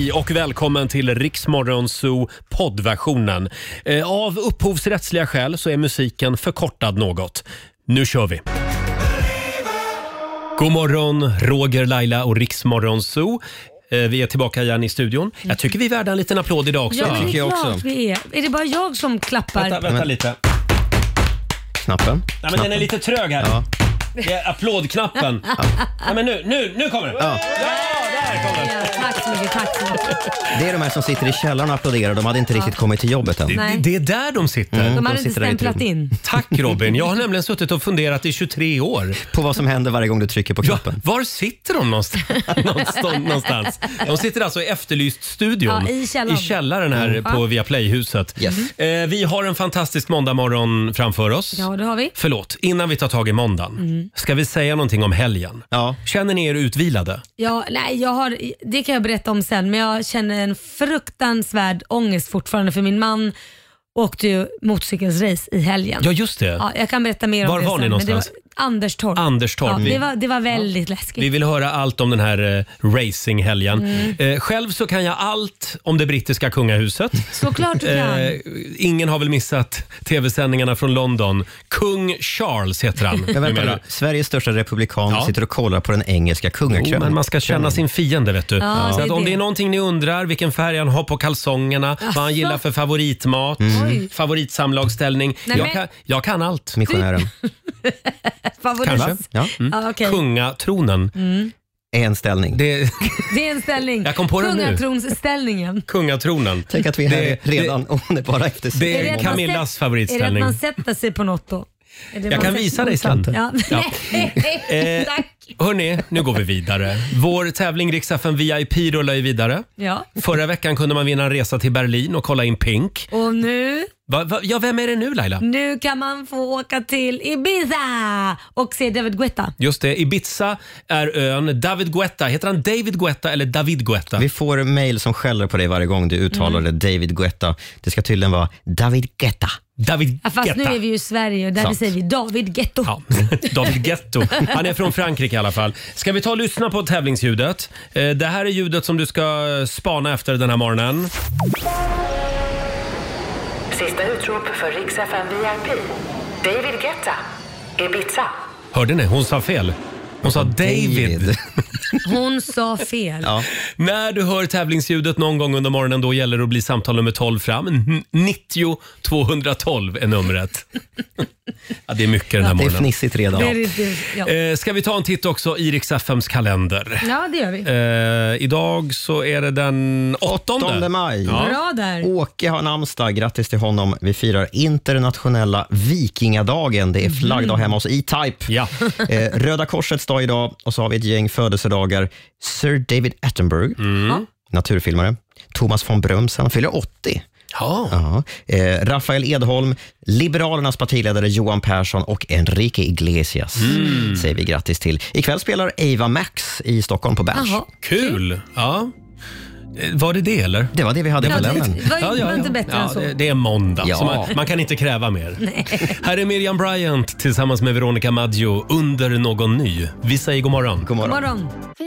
Hej och välkommen till Riksmorgon Zoo poddversionen. Av upphovsrättsliga skäl så är musiken förkortad något. Nu kör vi! God morgon, Roger, Laila och Riksmorgon Zoo. Vi är tillbaka igen i studion. Jag tycker vi är värda en liten applåd idag också. Ja, men det är klart också. vi är. Är det bara jag som klappar? Vänta lite. Knappen. Nej, men den är lite trög här. Ja. Det är applådknappen. Ja, men nu kommer den. Ja, där kommer den. Tack så mycket. Det är de här som sitter i källaren och applåderar. De hade inte riktigt kommit till jobbet än. Det är där de sitter. De hade inte stämplat in. Tack Robin. Jag har nämligen suttit och funderat i 23 år. På vad som händer varje gång du trycker på knappen. Var sitter de någonstans? De sitter alltså i Efterlyst-studion. Ja, i källaren här på Viaplay-huset. Yes. Vi har en fantastisk måndagmorgon framför oss. Ja, det har vi. Förlåt, innan vi tar tag i måndagen. Ska vi säga någonting om helgen? Ja. Känner ni er utvilade? Ja, nej, det kan jag berätta om sen, men jag känner en fruktansvärd ångest fortfarande för min man åkte ju motorcykelsrace i helgen. Ja, just det. Ja, jag kan berätta mer om det sen. Var var ni någonstans? Men det var Anderstorp. Anderstorp. Ja, det var väldigt läskigt. Vi vill höra allt om den här racinghelgen. Själv så kan jag allt om det brittiska kungahuset. Såklart du kan. Ingen har väl missat tv-sändningarna från London. Kung Charles heter han. Men vänta, Sveriges största republikan sitter och kollar på den engelska kungakrönen. Men man ska känna sin fiende, vet du. Ja, så att om det är någonting ni undrar, vilken färg han har på kalsongerna, vad han gillar för favoritmat, favoritsamlagsställning. Jag kan allt. Missionären. Favorit. Kanske. Ja. Okay. Kungatronen. Är en ställning. Det är en ställning. Jag kom på det nu. Kungatronsställningen. Kungatronen. Tänk att vi är här redan om det bara efter det är Camillas favoritställning. Är det att man sätter sig på något då? Jag kan visa dig sen. Ja. Tack. Hörrni, nu går vi vidare. Vår tävling Rix FM VIP rullar ju vidare. Ja. Förra veckan kunde man vinna en resa till Berlin och kolla in Pink. Och nu? Ja, vem är det nu, Laila? Nu kan man få åka till Ibiza och se David Guetta. Just det, Ibiza är ön. David Guetta, heter han David Guetta eller David Guetta? Vi får mejl som skäller på dig varje gång du uttalar det David Guetta. Det ska tydligen vara David Guetta. David fast Guetta. nu är vi ju i Sverige och där säger vi David Guetto. Ja, David Guetto. Han är från Frankrike i alla fall. Ska vi ta och lyssna på tävlingsljudet? Det här är ljudet som du ska spana efter den här morgonen. Sista utrop för Rix FM VIP. David Guetta. Ibiza. Hörde ni? Hon sa fel. Hon sa David. Hon sa fel. Ja. När du hör tävlingsljudet någon gång under morgonen, då gäller det att bli samtal nummer 12 fram. 90 212 är numret. Ja, det är mycket den här morgonen. Det är fnissigt redan. Ska vi ta en titt också i Rix FMs kalender? Ja, det gör vi. Idag så är det den 8 maj. Ja. Bra där. Åke har namnsdag. Grattis till honom. Vi firar internationella vikingadagen. Det är flaggdag hemma hos E-Type. Ja. Röda korsets dag idag. Och så har vi ett gäng födelsedagar. Sir David Attenborough, naturfilmare. Thomas von Bröms, han fyller 80. Ja. Rafael Edholm, Liberalernas partiledare Johan Persson och Enrique Iglesias säger vi grattis till. Ikväll spelar Ava Max i Stockholm på Berns. Kul. Ja. Var det eller? Det var det vi hade på kalendern. Det var inte bättre än så. Det är måndag, Ja. så man kan inte kräva mer. Här är Miriam Bryant tillsammans med Veronica Maggio under någon ny. Vi säger god morgon. God morgon. God morgon.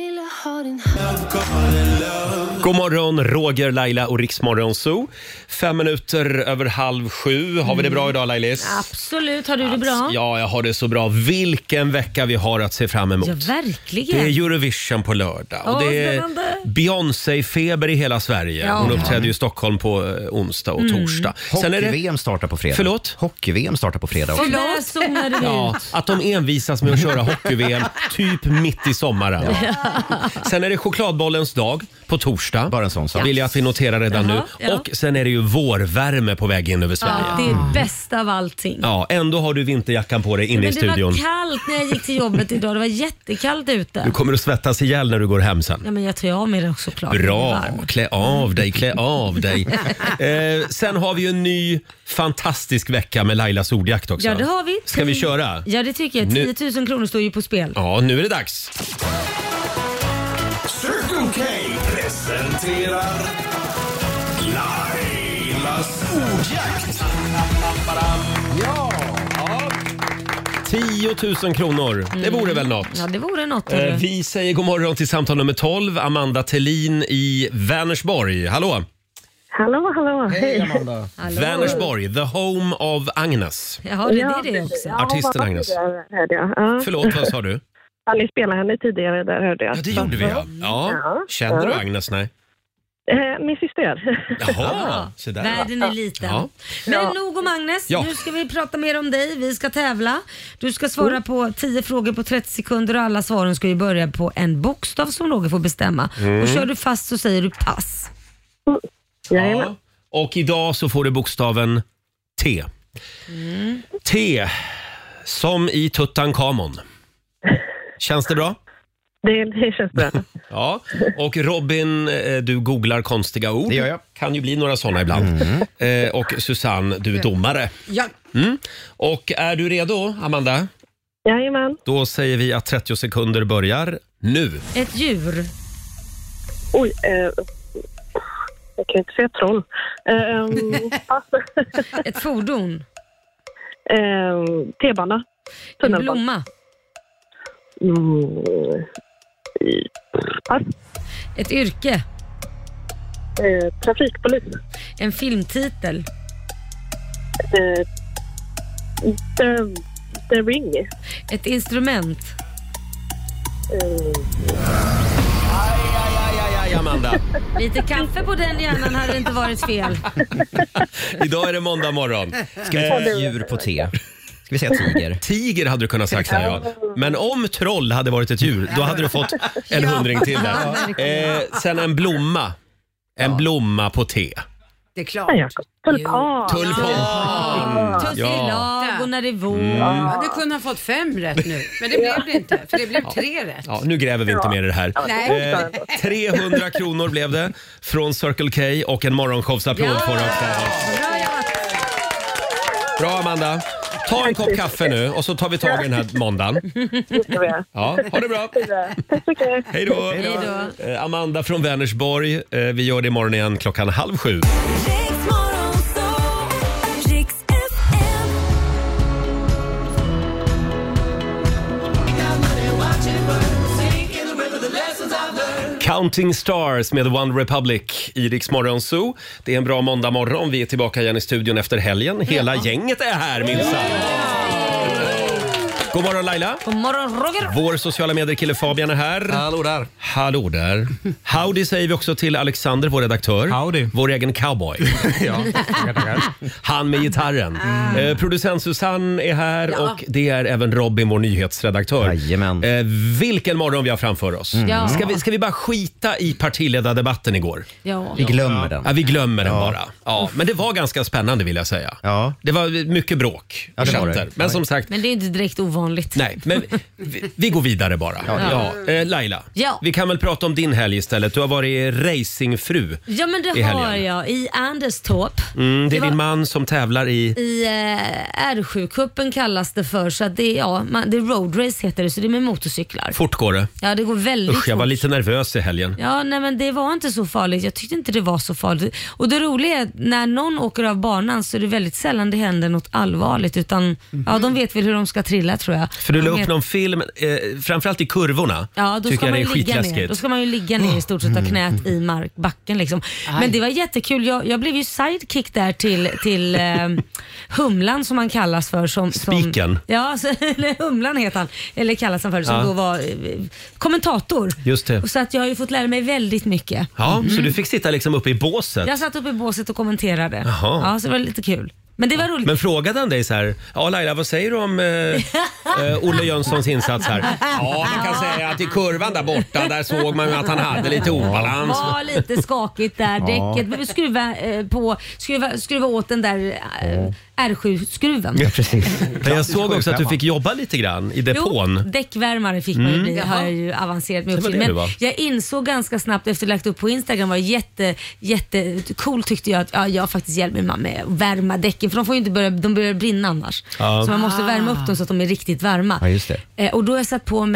God morgon, Roger, Laila och Riksmorgon Zoo. 5 minuter över 6:30. Har vi det bra idag, Lailis? Absolut, har du det bra? Ja, jag har det så bra. Vilken vecka vi har att se fram emot. Ja, verkligen. Det är Eurovision på lördag. Och det är spännande. Beyoncé-feber i hela Sverige. Ja. Hon uppträder ju i Stockholm på onsdag och torsdag. Sen är det... Hockey-VM startar på fredag. Förlåt? Hockey-VM startar på fredag. Och där zonade vi Ja, ut. att de envisas med att köra hockey-VM typ mitt i sommaren. Sen är det chokladbollens dag på torsdag. Bara en sån sak. Vill jag att vi noterar redan nu. Ja. Och sen är det ju vårvärme på väg in över Sverige. Ja, det är bäst av allting. Ja, ändå har du vinterjackan på dig inne i Men det studion. var kallt när jag gick till jobbet idag. Det var jättekallt ute. Du kommer att svettas ihjäl när du går hem sen. Ja, men jag tar av mig det såklart. Bra, klä av dig. Sen har vi ju en ny fantastisk vecka med Lailas ordjakt också. Ja, det har vi. Ska vi köra? Ja, det tycker jag. 10 000 kronor står ju på spel. Ja, nu är det dags. Circle K presenterar Lailas ordjakt. Ja. 10 000 kronor. Det vore väl något. Ja, det vore något. Vi säger god morgon till samtal nummer 12. Amanda Tellin i Vänersborg. Hallå! Hallå. Hej Amanda. Vänersborg, the home of Agnes. Jaha, det är det också. Artisten Agnes. Förlåt, vad sa du? Ni spelade henne tidigare, där hörde jag. Ja, det gjorde vi. Ja. Känner du Agnes? Nej. Min syster. Jaha, så där. Världen är liten. Ja. Men nog om Agnes. Ja. Nu ska vi prata mer om dig. Vi ska tävla. Du ska svara på 10 frågor på 30 sekunder och alla svaren ska ju börja på en bokstav som Roger får bestämma. Och kör du fast så säger du pass. Ja. Och idag så får du bokstaven T. T som i Tutankhamon. Känns det bra? Det känns bra. Ja, och Robin, du googlar konstiga ord. Det gör jag. Kan ju bli några sådana ibland. Och Susanne, du är domare. Ja. Och är du redo, Amanda? Jajamän. Då säger vi att 30 sekunder börjar nu. Ett djur. Oj, jag kan inte säga troll. Pass. Ett fordon. T-bana. En Tunnelbana. blomma. Pass. Ett yrke. Trafikpolis. En filmtitel. The Ring. Ett instrument. Aj, Amanda. Lite kaffe på den hjärnan hade inte varit fel. Idag är det måndag morgon. Ska vi ta ett djur på T? Ska vi säga tiger? Tiger hade du kunnat sagt här, ja. Men om troll hade varit ett djur, då hade du fått en 100 till där. Sen en blomma. En blomma på T. Det är klart. Tulpan. Tulpan. Tuss i lag och när det är vår. Ja, du kunde ha fått 5 rätt nu, men det blev det inte, för det blev 3 rätt. Ja, nu gräver vi inte mer i det här. Nej. 300 kronor blev det från Circle K och en morgonshowsapplåd får du också. Bra, Amanda. Ta en kopp kaffe nu och så tar vi tag i den här måndagen. Ja, ha det bra. Tack så mycket. Hej då. Amanda från Vänersborg. Vi gör det imorgon igen 6:30. Counting Stars med One Republic i Rix Morgon Zoo. Det är en bra måndag morgon. Vi är tillbaka igen i studion efter helgen. Hela gänget är här minsann. God morgon Laila. God morgon Roger. Vår sociala medier-kille Fabian är här. Hallå där. Hallå där. Howdy säger vi också till Alexander, vår redaktör. Howdy. Vår egen cowboy. Ja, tackar. Han med gitarren. Producent Susanne är här och det är även Robin, vår nyhetsredaktör. Jajamän. Vilken morgon vi har framför oss. Ja. Ska vi bara skita i partiledardebatten igår? Ja. Vi glömmer den. Ja, vi glömmer den bara. Ja, men det var ganska spännande vill jag säga. Ja. Det var mycket bråk och det var det. chatter. Men som sagt, Men det är inte direkt ovanligt. nej, men vi går vidare bara. Laila, Ja. vi kan väl prata om din helg istället. Du har varit racingfru. Ja, men det I helgen. har jag i Anderstorp. Det är var- din man som tävlar i... R7-cupen kallas det för, så att det är road race heter det, så det är med motorcyklar. Fort går det. Ja, det går väldigt Usch, jag var fort. lite nervös i helgen. Ja, nej men det var inte så farligt. Jag tyckte inte det var så farligt. Och det roliga är att när någon åker av banan så är det väldigt sällan det händer något allvarligt, utan ja, de vet väl hur de ska trilla tror jag. För du la De upp vet- någon film, framförallt i kurvorna. Ja, då tycker ska jag man det är ju ligga ner. skitläskigt. Då ska man ju ligga ner i stort sett av knät i backen liksom. Men det var jättekul. Jag blev ju sidekick där till Humlan som han kallas för. Spiken. Ja, eller Humlan heter han. Eller kallas han för, som då var kommentator. Just det. Och så att jag har ju fått lära mig väldigt mycket. Ja, så du fick sitta liksom uppe i båset. Jag satt uppe i båset och kommenterade. Jaha. Ja, så det var lite kul. Men det var roligt. Men frågade han dig så här, ja Laila, vad säger du om Olle Jönssons insats här? Ja, man kan säga att i kurvan där borta, där såg man ju att han hade lite obalans. Var lite skakigt där, däcket. Men vi skruva åt den där R7-skruven. Ja, precis. Men jag såg också att du fick jobba lite grann i depån. Jo, däckvärmare fick man ju bli, har jag ju avancerat med Det var också. det du Men var. jag insåg ganska snabbt efter att lagt upp på Instagram var jätte cool tyckte jag att jag faktiskt hjälper min mamma med att värma däcken, för de får ju inte de börjar brinna annars. Ja. Så man måste värma upp dem så att de är riktigt varma. Ja, just det. Och då har jag satt på mig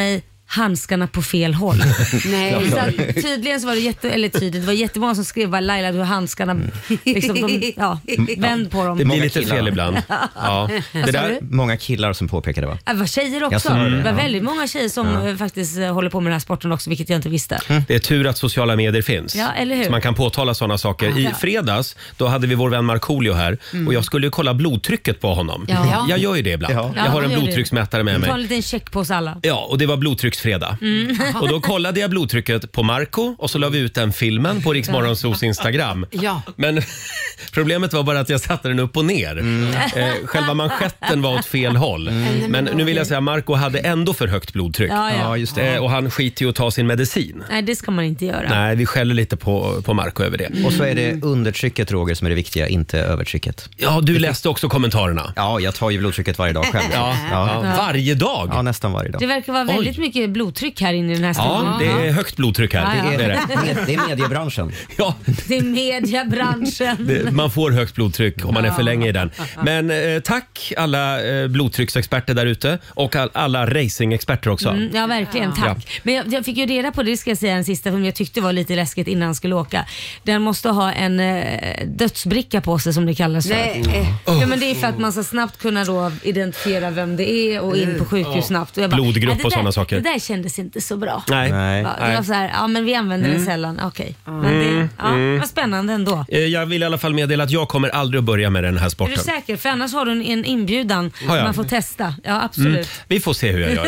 handskarna på fel håll. Nej. Så att, tydligen så var det det var jättemånga som skrev bara Laila, du har handskarna liksom, vänd på dem. Det blir lite fel ibland. Ja. Det där, Många killar som påpekade, va? Det var tjejer också. Det var väldigt många tjejer som faktiskt håller på med den här sporten också, vilket jag inte visste. det är tur att sociala medier finns. Ja, eller hur? Så man kan påtala sådana saker. I fredags, då hade vi vår vän Markoolio här och jag skulle ju kolla blodtrycket på honom. Ja. Jag gör ju det ibland. Ja. Jag har en gör blodtrycksmätare med mig. Ta en liten check på oss alla. Ja, och det var blodtrycksfredag. Och då kollade jag blodtrycket på Marco och så la vi ut den filmen på Rix Morgonzos Instagram. Ja. Men problemet var bara att jag satte den upp och ner. Själva manschetten var åt fel håll. Men nu vill jag säga, Marco hade ändå för högt blodtryck. Ja. just det. Och han skiter ju att ta sin medicin. Nej, det ska man inte göra. Nej, vi skäller lite på Marco över det. Och så är det undertrycket, Roger, som är det viktiga, inte övertrycket. Ja, du läste också kommentarerna. Ja, jag tar ju blodtrycket varje dag själv. Ja. Varje dag? Ja, nästan varje dag. Det verkar vara väldigt mycket blodtryck här inne i den här studion. Ja, det är högt blodtryck här. Ja, ja. Det är det. Det är mediebranschen. Ja, Det är mediebranschen. man får högt blodtryck om man är för länge i den. Men tack alla blodtrycksexperter där ute och alla racingexperter också. Ja, verkligen. Tack. Men jag fick ju reda på det, ska jag säga en sista, som jag tyckte var lite läskigt innan han skulle åka. Den måste ha en dödsbricka på sig, som det kallas för. Nej. Ja, men det är för att man ska snabbt kunna då identifiera vem det är och in på sjukhus snabbt. Och jag bara, Blodgrupp det och sådana saker. Det där kändes inte så bra. Nej. Det var så här, men vi använder det sällan. Okej. Men det var spännande ändå. Jag vill i alla fall meddela att jag kommer aldrig att börja med den här Är sporten. du säker? För annars har du en inbjudan man får testa. Ja, absolut. Vi får se hur jag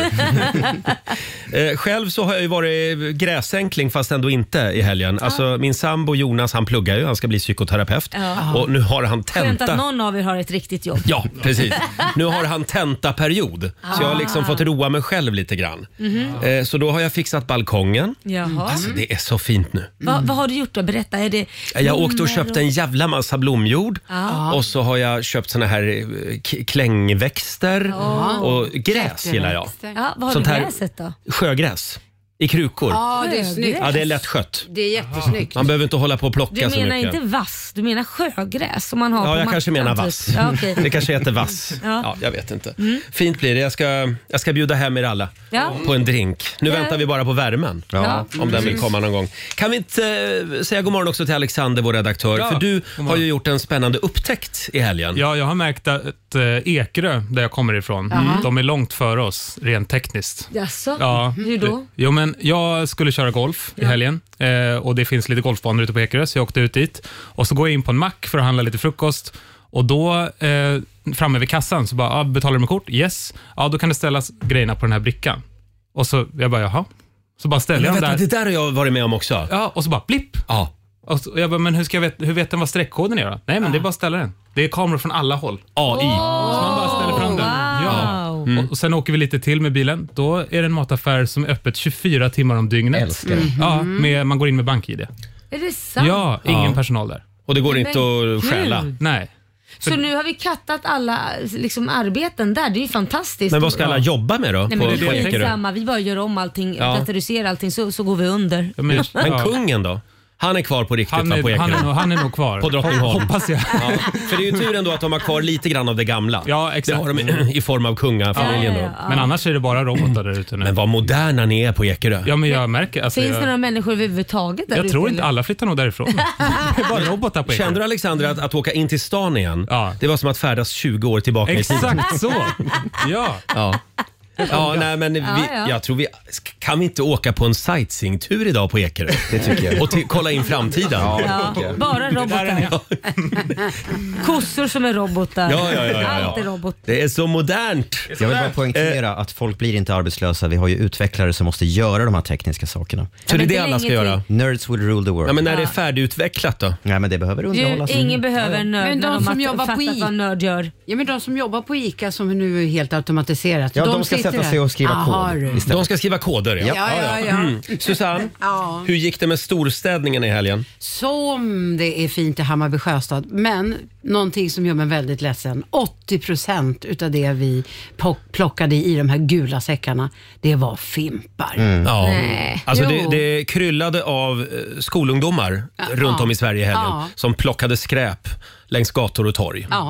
gör. Själv så har jag ju varit gräsänkling fast ändå inte i helgen. Alltså min sambo Jonas, han pluggar ju, han ska bli psykoterapeut. Och nu har han Skönt att tenta. någon av er har ett riktigt jobb. Ja, precis. Nu har han tentaperiod. Så jag har liksom fått roa mig själv lite grann. Så då har jag fixat balkongen. Jaha. Alltså det är så fint nu. Vad har du gjort då? Berätta. Är det Jag åkte och blommor köpte en jävla massa blomjord. Och så har jag köpt såna här klängväxter och gräs gillar jag. Ja, vad har Sånt du här- gräset då? Sjögräs i krukor. Ja, det är snyggt. Ja, det är lätt skött. Det är jättesnyggt. Man behöver inte hålla på och plocka Du så menar mycket. inte vass, du menar sjögräs som man har Ja, på jag kanske mattan, menar typ. vass. Ja, okej. Det kanske heter vass. Ja, jag vet inte. Fint blir det. Jag ska bjuda hem er alla Ja. på en drink. Nu Ja. väntar vi bara på värmen. Ja. Om den vill komma någon gång. Kan vi inte säga god morgon också till Alexander, vår redaktör? Ja, För du god morgon. har ju gjort en spännande upptäckt i helgen. Ja, jag har märkt att Ekerö, där jag kommer ifrån, de är långt före oss rent tekniskt. Jaså? Ja. Hur då? Jo, men jag skulle köra golf i helgen och det finns lite golfbanor ute på Ekerö, så jag åkte ut dit. Och så går jag in på en mack för att handla lite frukost och då framme vid kassan så bara, betalar du med kort? Yes. Ja, då kan det ställas grejerna på den här brickan. Och så, jag bara, jaha. Så bara ställer jag Men dem vänta, där. det där har jag varit med om också. Ja, och så bara blipp. Ja. Och så, jag bara, men hur vet den vad streckkoden är då? Nej, men det är bara att ställa den. Det är kameror från alla håll. AI. Så man bara ställer fram den. Ja. Och sen åker vi lite till med bilen. Då är det en mataffär som är öppet 24 timmar om dygnet. Älskar det. Ja, man går in med BankID. Är det sant? Ja, ingen personal där. Och det går inte att stjäla. Gud. Nej. Så nu har vi kattat alla liksom, arbeten där. Det är ju fantastiskt. Men vad ska alla jobba med då? Nej, men på det är Ekerö? samma. Vi bara gör om allting, Ja. datoriserar allting så går vi under. Ja, men Kungen då? Han är kvar på riktigt han, va, på Ekerö? han är nog kvar. På Drottningholm. Hoppas jag. Ja, för det är ju tur ändå att de har kvar lite grann av det gamla. Ja, exakt. Det har de i form av kungafamiljen då. Men annars är det bara robotar där ute nu. Men vad moderna ni är på Ekerö. Ja, men jag märker. Alltså, Finns det några människor överhuvudtaget där jag ute, tror inte eller? alla flyttar nog därifrån. Det är bara robotar på Ekerö. Kände du Alexander att åka in till stan igen, Ja. det var som att färdas 20 år tillbaka i tiden? Exakt så. Ja. Ja, nej, men jag tror kan vi inte åka på en sightseeingtur idag på Ekerö? Det tycker jag. Och kolla in framtiden. Ja, bara robotar. Kossor som är robotar. Ja. Allt är robot. Det är så modernt. Jag vill bara poängtera att folk blir inte arbetslösa. Vi har ju utvecklare som måste göra de här tekniska sakerna. Så det är men det det är alla ska länge göra. Nerds will rule the world. Ja, men när det är färdigutvecklat då? Nej, men det behöver underhållas. Ingen behöver en nörd Men när de de som har jobbar på fattat vad en nörd gör. Ja, men de som jobbar på ICA som nu är helt automatiserat. Ja, de ska sitter sätta där. sig och skriva Aha, kod du. istället. De ska skriva koder, ja. Ja. Susanne, Ja. hur gick det med storstädningen i helgen? Som det är fint i Hammarby Sjöstad. Men någonting som gör mig väldigt ledsen. 80% utav det vi plockade i de här gula säckarna, det var fimpar. Ja. Nej. Alltså Jo. det kryllade av skolungdomar runt om i Sverige i helgen Ja. som plockade skräp längs gator och torg. Ja.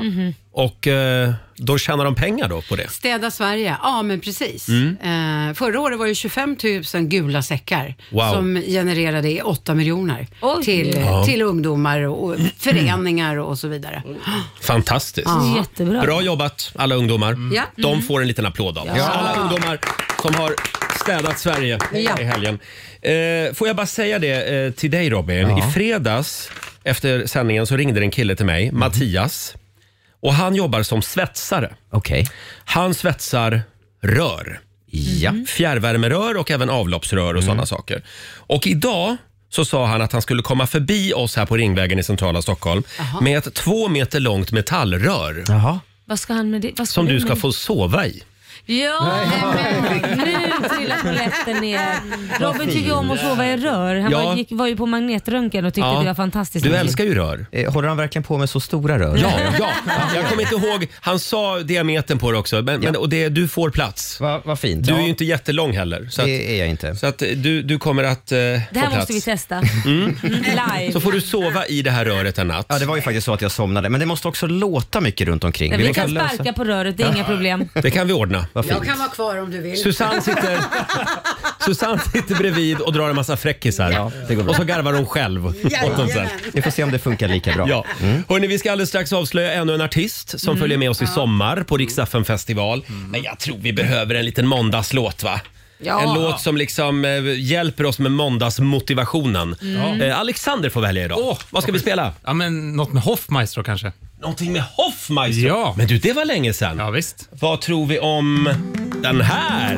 Och då tjänar de pengar då på det? Städa Sverige, ja men precis. Förra året var det 25 000 gula säckar som genererade 8 miljoner till ungdomar och föreningar och så vidare. Fantastiskt. Jättebra. Bra jobbat alla ungdomar. De får en liten applåd av. Alla ungdomar som har städat Sverige i helgen. Får jag bara säga det till dig, Robin. I fredags efter sändningen så ringde en kille till mig, Mattias. Och han jobbar som svetsare. Han svetsar rör. Fjärrvärmerör och även avloppsrör och sådana saker. Och idag så sa han att han skulle komma förbi oss här på Ringvägen i centrala Stockholm med ett 2 meter långt metallrör. Vad ska han med det? Som du ska få sova i. Ja, nu trillar polletten ner. Robin tycker om att sova i rör. Han var ju på magnetröntgen och tyckte det var fantastiskt. Du älskar ju rör. Håller han verkligen på med så stora rör? Ja. Jag kommer inte ihåg. Han sa diametern på det också. Och du får plats. Vad fint. Du är ju inte jättelång heller. Så det är jag inte. Så att du kommer att få plats. Det här måste vi testa. Live. Så får du sova i det här röret en natt. Ja, det var ju faktiskt så att jag somnade. Men det måste också låta mycket runt omkring. Vi kan sparka på röret, det är inga problem. Det kan vi ordna. Jag kan vara kvar om du vill. Susanne sitter bredvid och drar en massa fräckisar. Och så garvar hon själv. Vi får se om det funkar lika bra. Hörrni, vi ska alldeles strax avslöja ännu en artist som följer med oss i sommar på Rix FM festival. Men jag tror vi behöver en liten måndagslåt, va? En låt som liksom hjälper oss med måndagsmotivationen. Alexander får välja idag. Vad ska vi spela? Ja, men något med Hoffmeister kanske. Någonting med Hoffmeister? Ja. Men du, det var länge sedan. Ja, visst. Vad tror vi om den här?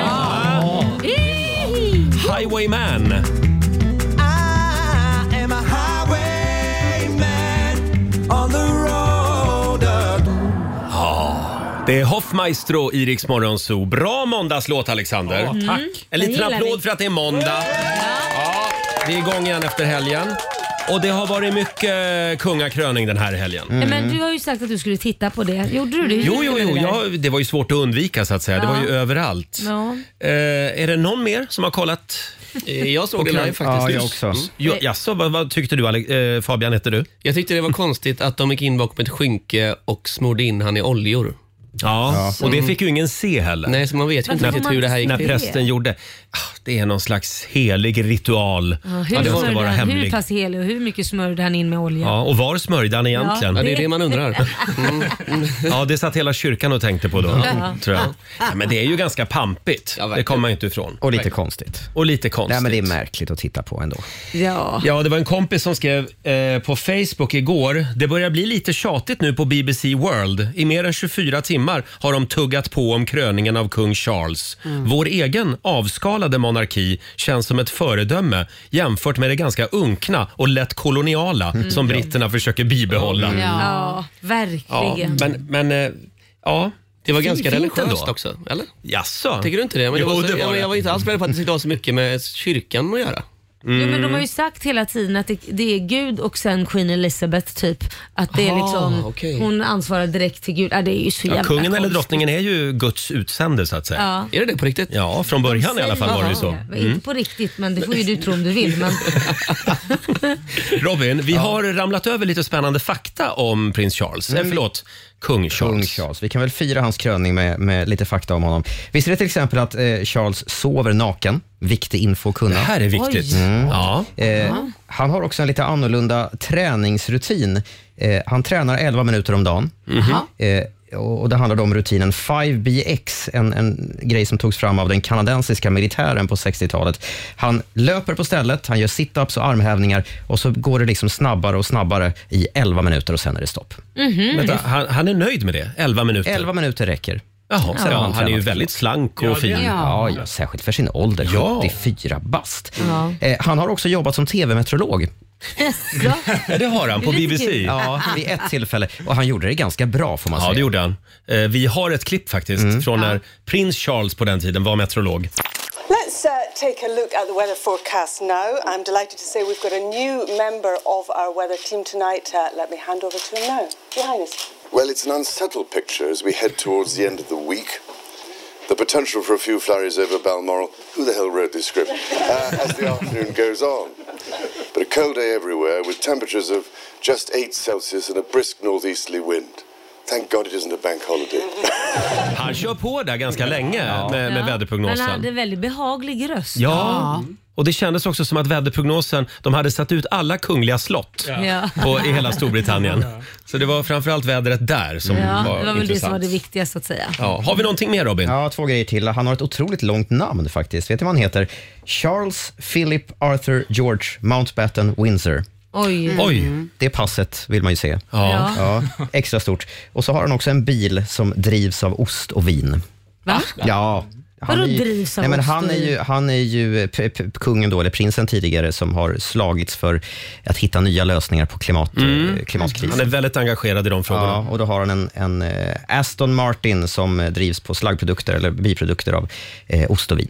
Highwayman. I am a highwayman on the road. Det är Hoffmaestro i Rix Morgon Zoo. Bra måndagslåt, Alexander. Tack. En liten applåd för att det är måndag. Ja, vi är igång igen efter helgen. Och det har varit mycket kungakröning den här helgen. Men du har ju sagt att du skulle titta på det. Gjorde du det? Jo, det var ju svårt att undvika så att säga. Det var ju överallt. Är det någon mer som har kollat? Jag såg det live faktiskt. Ja, jag också. Jaså, vad tyckte du, Fabian heter du? Jag tyckte det var konstigt att de gick in bakom ett skynke och smorde in han i oljor. Ja, och det fick ju ingen se heller. Nej, så man vet ju inte riktigt hur det här gick när till. prästen gjorde. Det är någon slags helig ritual. Hur pass helig och hur mycket smörjde han in med olja? Ja, och var smörjde han egentligen? Ja, det är det man undrar. Ja, det satt hela kyrkan och tänkte på då, tror jag. Ja, men det är ju ganska pampigt. Det kommer man inte ifrån. Och lite konstigt. Nej, men det är märkligt att titta på ändå. Ja, det var en kompis som skrev på Facebook igår. Det börjar bli lite tjatigt nu på BBC World. I mer än 24 timmar har de tuggat på om kröningen av kung Charles. Vår egen avskalade monarki känns som ett föredöme jämfört med det ganska unkna och lätt koloniala som britterna försöker bibehålla. Ja, verkligen. Ja, det var ganska religiöst också, eller? Jaså? Tycker du inte det? Men jag var inte alls beredd på att det har så mycket med kyrkan att göra. Jo, men de har ju sagt hela tiden att det är Gud och sen Queen Elizabeth typ. Att det är liksom, hon ansvarar direkt till Gud. Det är ju så jävla kungen konstigt. eller drottningen är ju Guds utsände så att säga. Är det på riktigt? Ja, från början i alla fall var det ju så. Inte på riktigt, men det får ju du tro om du vill. Men... Robin, vi har ramlat över lite spännande fakta om prins Charles. Förlåt, kung Charles. Vi kan väl fira hans kröning med lite fakta om honom. Visst är det till exempel att Charles sover naken? Viktig info att kunna. Det här är viktigt. Han har också en lite annorlunda träningsrutin. Han tränar 11 minuter om dagen. Och det handlar om rutinen 5BX, en grej som togs fram av den kanadensiska militären på 60-talet. Han löper på stället, han gör sit-ups och armhävningar och så går det liksom snabbare och snabbare i 11 minuter och sen är det stopp. Vänta, han är nöjd med det? 11 minuter? 11 minuter räcker. Jaha, han är ju väldigt slank och fin. Ja, särskilt för sin ålder, 74 bast. Han har också jobbat som tv-meteorolog. Det har han på BBC. Ja, vid ett tillfälle. Och han gjorde det ganska bra får man säga. Ja, det gjorde han. Vi har ett klipp faktiskt från när prins Charles på den tiden var meteorolog. Let's take a look at the weather forecast now. I'm delighted to say we've got a new member of our weather team tonight. Let me hand over to him now. Your Highness. Well, it's an unsettled picture as we head towards the end of the week. The potential for a few flurries over Balmoral. Who the hell wrote this script? As the afternoon goes on. But a cold day everywhere with temperatures of just 8 Celsius and a brisk northeasterly wind. Thank God it isn't a bank holiday. Han kör på där ganska länge med väderprognosen. Men han hade väldigt behaglig röst. Ja. Och det kändes också som att väderprognosen, de hade satt ut alla kungliga slott i hela Storbritannien. Så det var framförallt vädret där som var intressant. Det var väl det som var det viktigaste att säga. Ja. Har vi någonting mer, Robin? Ja, 2 grejer till. Han har ett otroligt långt namn faktiskt. Vet du vad han heter? Charles Philip Arthur George Mountbatten Windsor. Oj. Det passet vill man ju se. Ja. Extra stort. Och så har han också en bil som drivs av ost och vin. Va? Ja. Vadå drivs av ost? Han är ju kungen då, eller prinsen tidigare, som har slagits för att hitta nya lösningar på klimatkrisen. Han är väldigt engagerad i de frågorna. Ja, och då har han en Aston Martin som drivs på slaggprodukter eller biprodukter av ost och vin.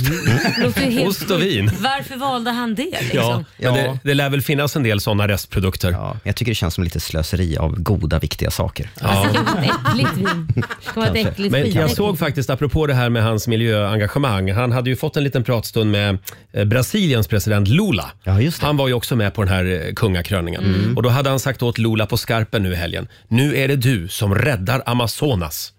Ost och vin. Varför valde han det? Liksom? Ja, det lär väl finnas en del sådana restprodukter. Ja, jag tycker det känns som lite slöseri av goda, viktiga saker. Ja. Äckligt vin. Men jag såg faktiskt, apropå det här med hans miljöengagemang, han hade ju fått en liten pratstund med Brasiliens president Lula. Ja, just det. Han var ju också med på den här kungakröningen. Och då hade han sagt åt Lula på skarpen nu i helgen: nu är det du som räddar Amazonas.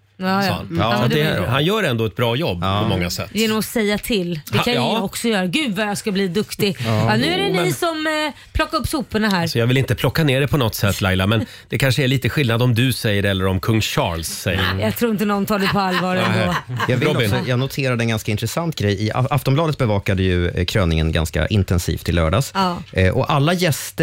Han gör ändå ett bra jobb på många sätt. Genom att säga till. Det kan jag också göra. Gud vad jag ska bli duktig. Nu är det ni som plockar upp soporna här. Så jag vill inte plocka ner det på något sätt, Laila, men det kanske är lite skillnad om du säger det eller om kung Charles säger det. Jag tror inte någon tar det på allvar ändå. Jag noterade en ganska intressant grej. Aftonbladet bevakade ju kröningen ganska intensivt i lördags. Och alla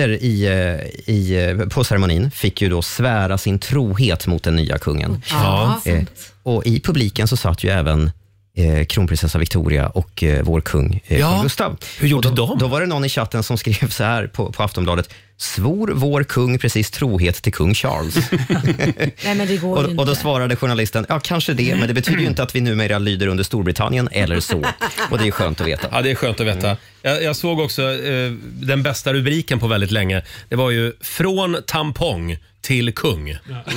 gäster på ceremonin fick ju då svära sin trohet mot den nya kungen. Och i publiken så satt ju även kronprinsessa Victoria och vår kung Carl Gustaf. Hur gjorde de? Då var det någon i chatten som skrev så här på Aftonbladet: svor vår kung precis trohet till kung Charles. Nej, men det går inte. Och då svarade journalisten: ja, kanske det, men det betyder ju inte att vi numera lyder under Storbritannien eller så. Och det är skönt att veta. Ja, det är skönt att veta. Jag såg också den bästa rubriken på väldigt länge. Det var ju från tampong till kung.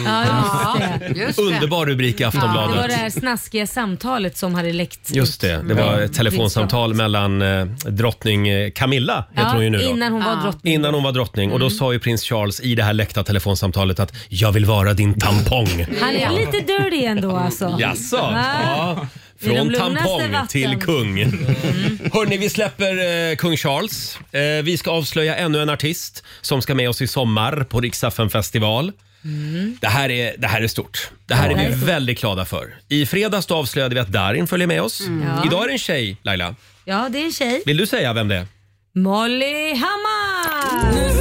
Just det. Underbar rubrik i Aftonbladet. Det var det här snaskiga samtalet som hade läckt. Just det. Det var ett telefonsamtal mellan drottning Camilla, heter hon ju nu då. Innan hon var drottning. Och då sa ju prins Charles i det här läckta telefonsamtalet att jag vill vara din tampong. Han är lite dirty ändå alltså. Jaså? Ja. Från tampong till kung. Hörrni, vi släpper kung Charles. Vi ska avslöja ännu en artist som ska med oss i sommar på Rix FM festival. Det här är stort. Det här är vi väldigt glada för. I fredags då avslöjade vi att Darin följer med oss. Idag är det en tjej, Laila. Ja, det är en tjej. Vill du säga vem det är? Molly Hammar!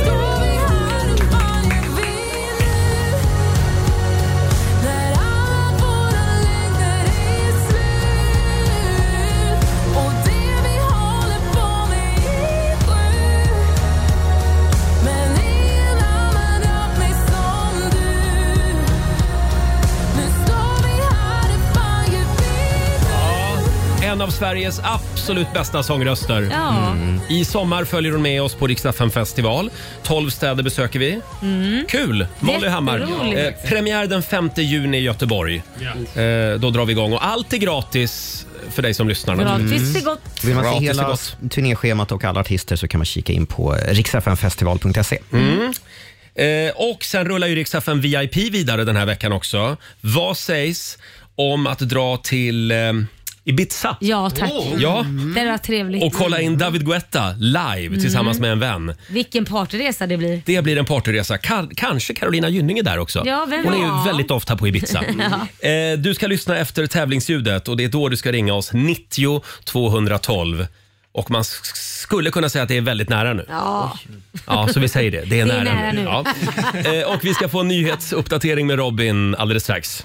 En av Sveriges absolut bästa sångröster. I sommar följer hon med oss på Rix FM festival. 12 städer besöker vi. Kul! Molly Hammar. Premiär den 5 juni i Göteborg. Då drar vi igång och allt är gratis för dig som lyssnar. Gratis är gott. Vill man se hela turnéschemat och alla artister så kan man kika in på riksfmfestival.se. Och sen rullar ju Rix FM VIP vidare den här veckan också. Vad sägs om att dra till Ibiza? Ja, tack. Ja. Det var trevligt. Och kolla in David Guetta live tillsammans med en vän. Vilken partyresa det blir. Det blir en partyresa. Kanske Carolina Gynning där också. Ja, hon är ju väldigt ofta på Ibiza. Du ska lyssna efter tävlingsljudet och det är då du ska ringa oss 90 212. Och man skulle kunna säga att det är väldigt nära nu. Ja, så vi säger det. Det är nära nu. Ja. Och vi ska få en nyhetsuppdatering med Robin alldeles strax.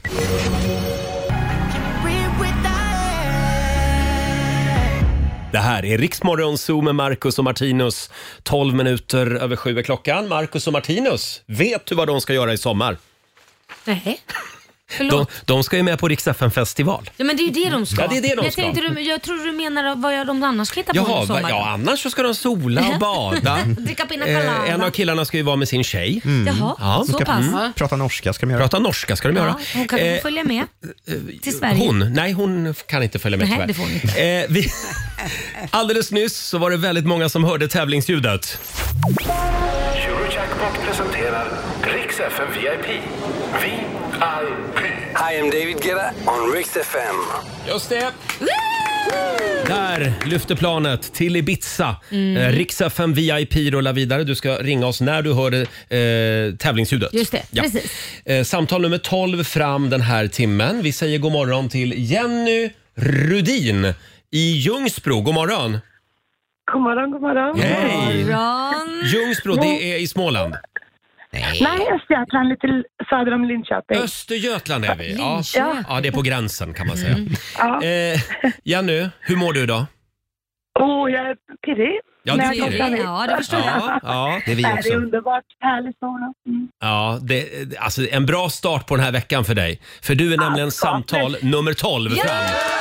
Det här är Rix Morgon Zoo med Marcus och Martinus. 12 minuter över 7 är klockan. Marcus och Martinus, vet du vad de ska göra i sommar? Nej. De ska ju med på Rix FM festival. Ja, men det är ju det de ska. Ja, det är det de ska. Jag tror du menar vad de annars ska hitta på i sommar. Ja, annars så ska de sola och bada. Dricka pina colada. En av killarna ska ju vara med sin tjej. Jaha, så pass. Prata norska ska de göra. Hon kan få följa med till Sverige. Hon kan inte följa med. Nej, det får hon inte. Alldeles nyss så var det väldigt många som hörde tävlingsljudet. Eurojackpot presenterar Rix FM VIP. Vi Hi, I'm David Guetta on Rix FM. Just det. Där lyfter planet till Ibiza. Rix FM VIP rullar vidare. Du ska ringa oss när du hör tävlingsljudet. Just det, ja. precis. Samtal nummer 12 fram den här timmen. Vi säger god morgon till Jenny Rudin i Ljungsbro. God morgon. God morgon, god morgon. Hej! Ljungsbro, det är i Småland. Nej, Östergötland, lite söder om Linköping. Östergötland är vi. Ja, det är på gränsen kan man säga. Ja. Jenny, hur mår du idag? Jag är pirrig. Ja, det förstår jag. Ja, det är vi också. Det är underbart, härligt sola. Ja, alltså en bra start på den här veckan för dig. För du är nämligen samtal nummer 12 fram.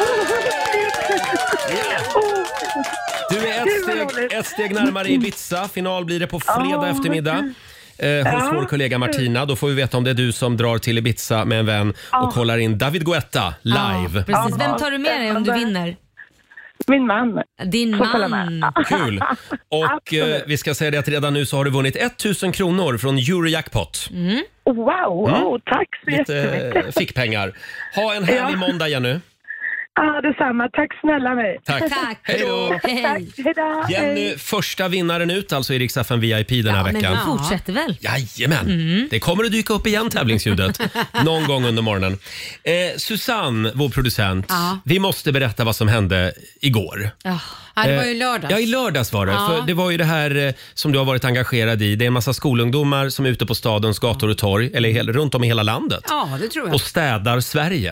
Du är ett steg närmare Ibiza. Final blir det på fredag eftermiddag. Hos vår kollega Martina. Då får vi veta om det är du som drar till Ibiza med en vän och kollar in David Guetta live. Precis. Vem tar du med dig om du vinner? Min man. Din man. Kul. Och vi ska säga det att redan nu så har du vunnit 1000 kronor från Eurojackpot. Wow, tack så jättemycket. Lite fickpengar. Ha en härlig måndag, Jenny. Ja, detsamma. Tack snälla mig. Tack. Hej då. Hej. Jenny, första vinnaren ut alltså i Rix FM VIP den här veckan. Men den fortsätter väl? Jajamän. Det kommer att dyka upp igen tävlingsljudet någon gång under morgonen. Susanne, vår producent, vi måste berätta vad som hände igår. Det var ju lördags. Ja, i lördags var det. För det var ju det här som du har varit engagerad i. Det är en massa skolungdomar som är ute på stadens gator och torg, eller runt om i hela landet. Ja, det tror jag. Och städar Sverige.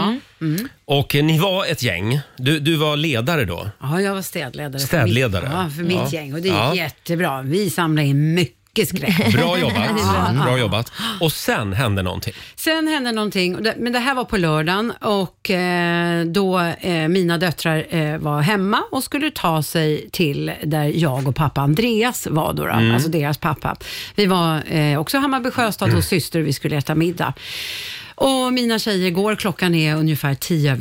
Och ni var ett gäng. Du var ledare då? Ja, jag var städledare. Städledare? För mitt gäng. Och det gick jättebra. Vi samlade in mycket skräp. Bra jobbat. Bra jobbat. Och sen hände någonting. Men det här var på lördagen och då mina döttrar var hemma och skulle ta sig till där jag och pappa Andreas var då. Alltså deras pappa. Vi var också Hammarby Sjöstad hos syster, vi skulle äta middag. Och mina tjejer går, klockan är ungefär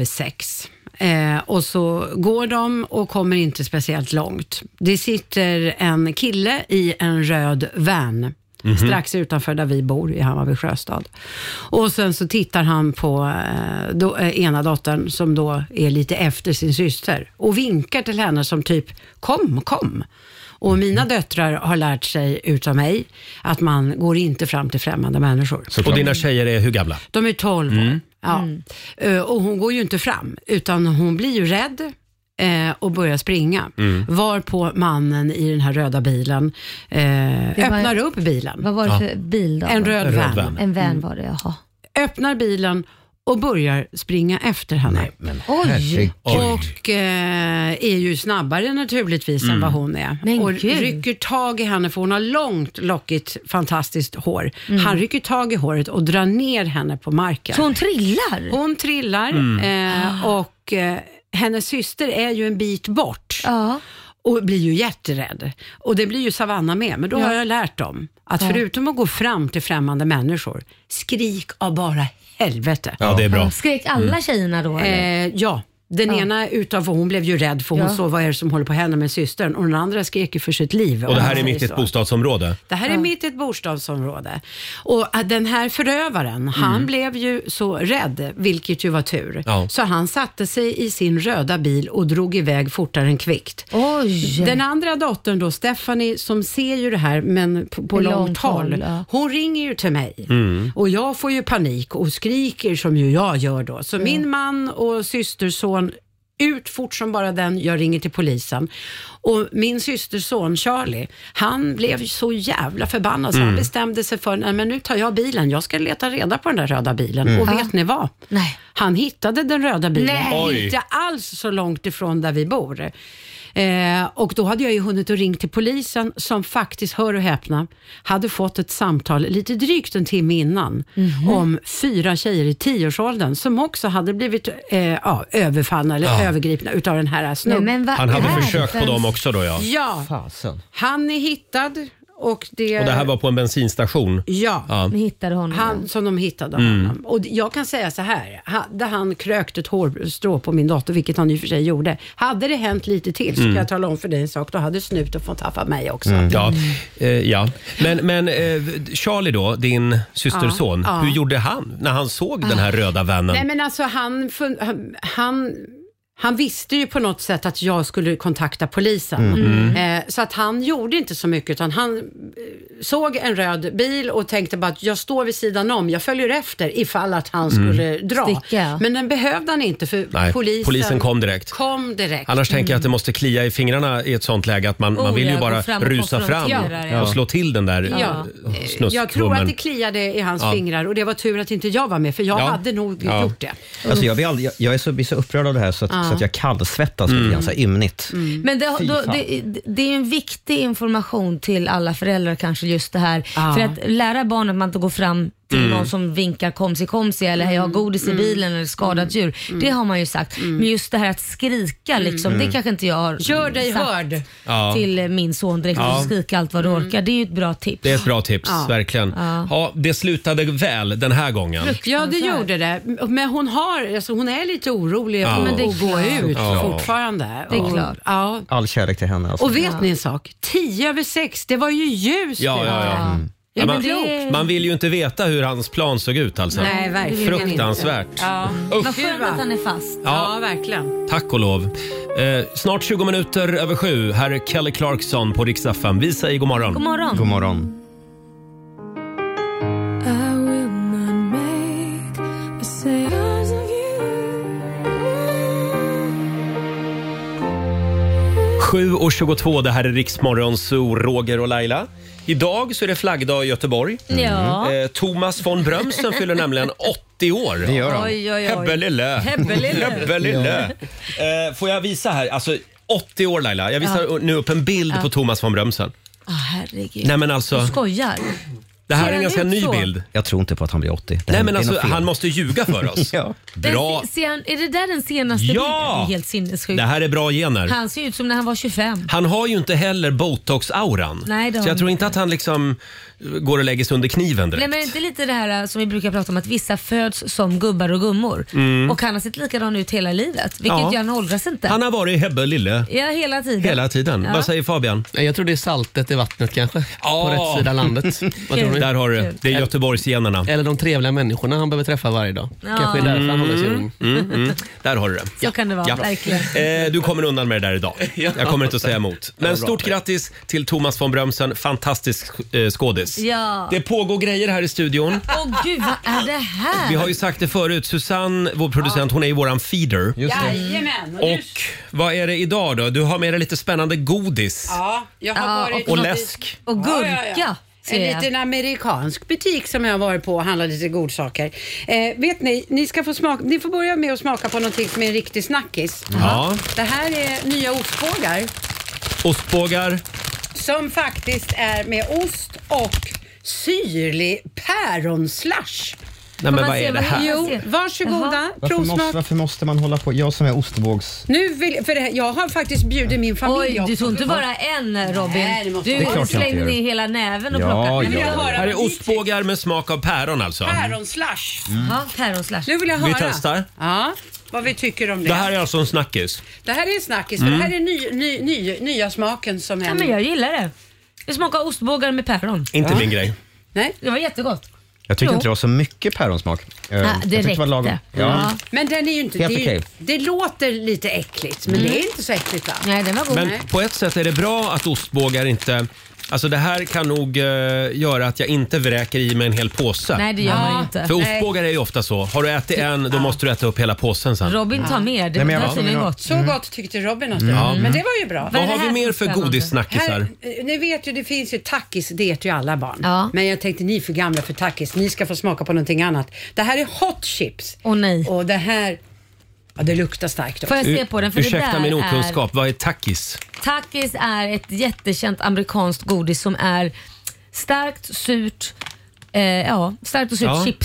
5:50. Och så går de och kommer inte speciellt långt. Det sitter en kille i en röd van strax utanför där vi bor i Hammarby Sjöstad. Och sen så tittar han på ena dottern som då är lite efter sin syster och vinkar till henne som typ kom. Och mina döttrar har lärt sig utav mig att man går inte fram till främmande människor. Och dina tjejer är hur gamla? De är 12 år. Ja. Och hon går ju inte fram utan hon blir ju rädd och börjar springa. Varpå mannen i den här röda bilen öppnar upp bilen. Vad var det för bil då? En röd van. En van var det, jaha. Öppnar bilen och börjar springa efter henne. Nej, men och är ju snabbare naturligtvis än vad hon är. Men och Gud. rycker tag i henne för hon har långt, lockigt, fantastiskt hår. Han rycker tag i håret och drar ner henne på marken. Så hon trillar? Hon trillar och hennes syster är ju en bit bort. Ja. Och blir ju jätterädd. Och det blir ju Savanna med. Men då har jag lärt dem att förutom att gå fram till främmande människor, skrik av bara helvete. Ja, det är bra. Skrek alla tjejerna då? Ja. Den ena utav hon blev ju rädd för hon såg vad är det som håller på henne med systern. Och den andra skrek ju för sitt liv. Och det här är mitt i ett bostadsområde? Det här är mitt i ett bostadsområde. Och den här förövaren, han blev ju så rädd, vilket ju var tur. Ja. Så han satte sig i sin röda bil och drog iväg fortare än kvickt. Oj. Den andra dottern då, Stephanie, som ser ju det här men på långt håll. Hon ringer ju till mig. Och jag får ju panik och skriker som ju jag gör då. Så min man och systerson ut fort som bara den, jag ringer till polisen. Och min systerson Charlie, han blev så jävla förbannad så han bestämde sig för, nej men nu tar jag bilen, jag ska leta reda på den där röda bilen. Och vet ni vad? Nej. Han hittade den röda bilen. Nej. Inte alls så långt ifrån där vi bor. Och då hade jag ju hunnit att ringa till polisen som faktiskt, hör och häpna, hade fått ett samtal lite drygt en timme innan om 4 tjejer i 10-årsåldern som också hade blivit överfallna eller övergripna utav den här snubben. Han hade försökt på dem också då, Ja, han är hittad Och det här var på en bensinstation? Ja. Ni hittade honom. Som de hittade honom. Och jag kan säga så här, hade han krökt ett hårstrå på min dator, vilket han i och för sig gjorde, hade det hänt lite till så kan jag tala om för dig en sak, då hade snuten fått haffa mig också. Ja. Men Charlie då, din systerson, hur gjorde han när han såg den här röda vannen? Nej men alltså han visste ju på något sätt att jag skulle kontakta polisen. Så att han gjorde inte så mycket, utan han såg en röd bil och tänkte bara att jag står vid sidan om, jag följer efter ifall att han skulle dra. Sticka. Men den behövde han inte, för polisen kom direkt. Annars tänker jag att det måste klia i fingrarna i ett sånt läge att man vill ju bara rusa fram och slå till den där snuskrummen. Jag tror att det kliade i hans fingrar, och det var tur att inte jag var med, för jag hade nog gjort det. Alltså jag blir så upprörd av det här så att jag kallsvettas lite grann, så här ymnigt. Men det är en viktig information till alla föräldrar kanske, just det här. För att lära barnen att man inte går fram till någon som vinkar komsi eller jag har godis i bilen eller skadat djur. Det har man ju sagt. Men just det här att skrika liksom, det kanske inte jag har Gör dig hörd till min son direkt och skrika allt vad du orkar. Det är ju ett bra tips. Det är ett bra tips, verkligen. Det slutade väl den här gången. Ja, det gjorde det. Men hon är lite orolig att gå ut fortfarande. Det är klart. All kärlek till henne. Alltså. Och vet ni en sak? 6:10, det var ju ljus. Man vill ju inte veta hur hans plan såg ut alltså. Nej, verkligen fruktansvärt. Vad skönt att han är fast. Ja, verkligen. Tack och lov. Snart 20 minuter över 7. Här är Kelly Clarkson på Rix FM. Vi säger god morgon. God morgon. God morgon. 7:22, det här är Rix Morgon, så Roger och Laila. Idag så är det flaggdag i Göteborg. Thomas von Brömsen fyller nämligen 80 år. Det gör han. Hebbelille. Får jag visa här? Alltså 80 år, Laila. Jag visar nu upp en bild på Thomas von Brömsen. Herregud. Nej men alltså. Du skojar. Det här är en ganska ny bild. Jag tror inte på att han blir 80. Nej men alltså, han måste ljuga för oss. Bra. Är det där den senaste bilden? Det är helt sinnessjukt. Det här är bra gener. Han ser ut som när han var 25. Han har ju inte heller botox-auran. Nej, så jag tror inte att han liksom går och lägger sig under kniven direkt. Nej, men inte lite det här som vi brukar prata om, att vissa föds som gubbar och gummor. Och han har sett likadan ut hela livet. Vilket gör han åldras inte. Han har varit Hebbelille. Ja, hela tiden. Vad säger Fabian? Jag tror det är saltet i vattnet kanske. På rätt sida landet. Där har du. Det är Göteborgsgenerna. Eller de trevliga människorna han behöver träffa varje dag. Kanske är därför han håller sig ung. Där har du det. Så kan det vara, verkligen. Du kommer undan med det där idag. Jag kommer inte att säga emot. Men stort grattis till Thomas von Brömsen. Fantastisk skådis. Ja. Det pågår grejer här i studion. Gud, vad är det här? Vi har ju sagt det förut. Susanne, vår producent, hon är i våran feeder. Jajamän. Och vad är det idag då? Du har med dig lite spännande godis. Ja, jag har varit och läsk. Och gurka. En liten amerikansk butik som jag har varit på och handlat lite godsaker. Vet ni ska få smaka. Ni får börja med att smaka på någonting som är en riktig snackis. Det här är nya ostbågar. Ostbågar. Som faktiskt är med ost och syrlig päronslash. Nej, men vad är det här? Jo, varsågoda. Varför måste man hålla på? Jag som är ostbågs... Jag har faktiskt bjudit min familj. Oj, du tog inte bara en, Robin. Nej, du slängde ner hela näven och plockade. Här är ostbågar med smak av päron alltså. Päronslash. Päronslash. Nu vill jag höra. Vi testar. Ja, vad vi tycker om det. Det här är alltså en snackis. Det här är en snackis. För det här är nya smaken som är... Ja, men jag gillar det. Det smakar ostbågar med päron. Inte min grej. Nej. Det var jättegott. Jag tycker inte det var så mycket päronsmak. Det räckte. Men den är ju inte... Det låter lite äckligt, men det är inte så äckligt va? Nej, den var god. Men på ett sätt är det bra att ostbågar inte... Alltså det här kan nog göra att jag inte vräker i mig en hel påse. Nej, det gör man inte. För ostbågar är ju ofta så. Har du ätit en, då måste du äta upp hela påsen sen. Robin tar mer. Det var tydligen gott. Så gott tyckte Robin att det var. Men det var ju bra. Vad har vi mer för godissnackisar? Ni vet ju, det finns ju tackis, det äter ju alla barn. Men jag tänkte, ni är för gamla för tackis. Ni ska få smaka på någonting annat. Det här är hot chips. Nej. Och det här... Ja, det luktar starkt. Får jag se på den? För ursäkta min okunskap, vad är tackis? Tackis är ett jättekänt amerikanskt godis som är starkt, surt, starkt och surt chips.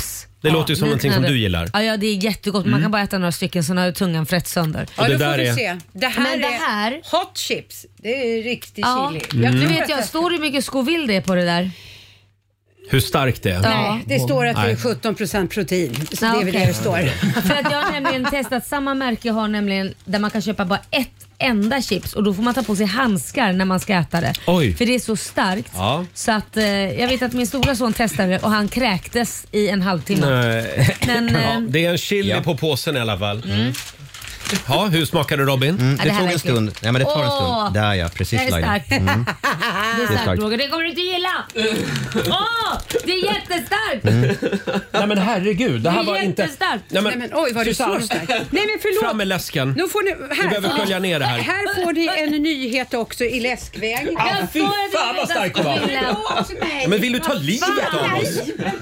Det låter ju som någonting som du gillar. Ja, det är jättegott. Man kan bara äta några stycken så har tungan frätt sönder. Ja, det där är... Se. Det här är hot chips. Det är riktigt chili. Nu vet jag, står det mycket Scoville det på det där? Hur starkt det är? Nej, det står att det är 17% protein. Så det är väl det det står. För att jag har nämligen testat, samma märke har nämligen där man kan köpa bara ett enda chips och då får man ta på sig handskar när man ska äta det. Oj. För det är så starkt. Så att jag vet att min stora son testade och han kräktes i en halvtimme. Men, det är en chili på påsen i alla fall. Ja, hur smakar det, Robin? Det tog en stund. Nej, men det tar en stund. Där ja, precis. Det är starkt. Det är starkt, Roger. Det kommer du inte gilla. Det är jättestarkt. Nej men herregud, det här var inte... Jättestarkt. Nej men oj vad du sa starkt. Nej men förlåt. Fram med läsken. Nu får ni, vi behöver skölja ner det här. Här får ni en nyhet också i läskväg. Fy fan vad starkt det var. Men vill du ta livet av oss?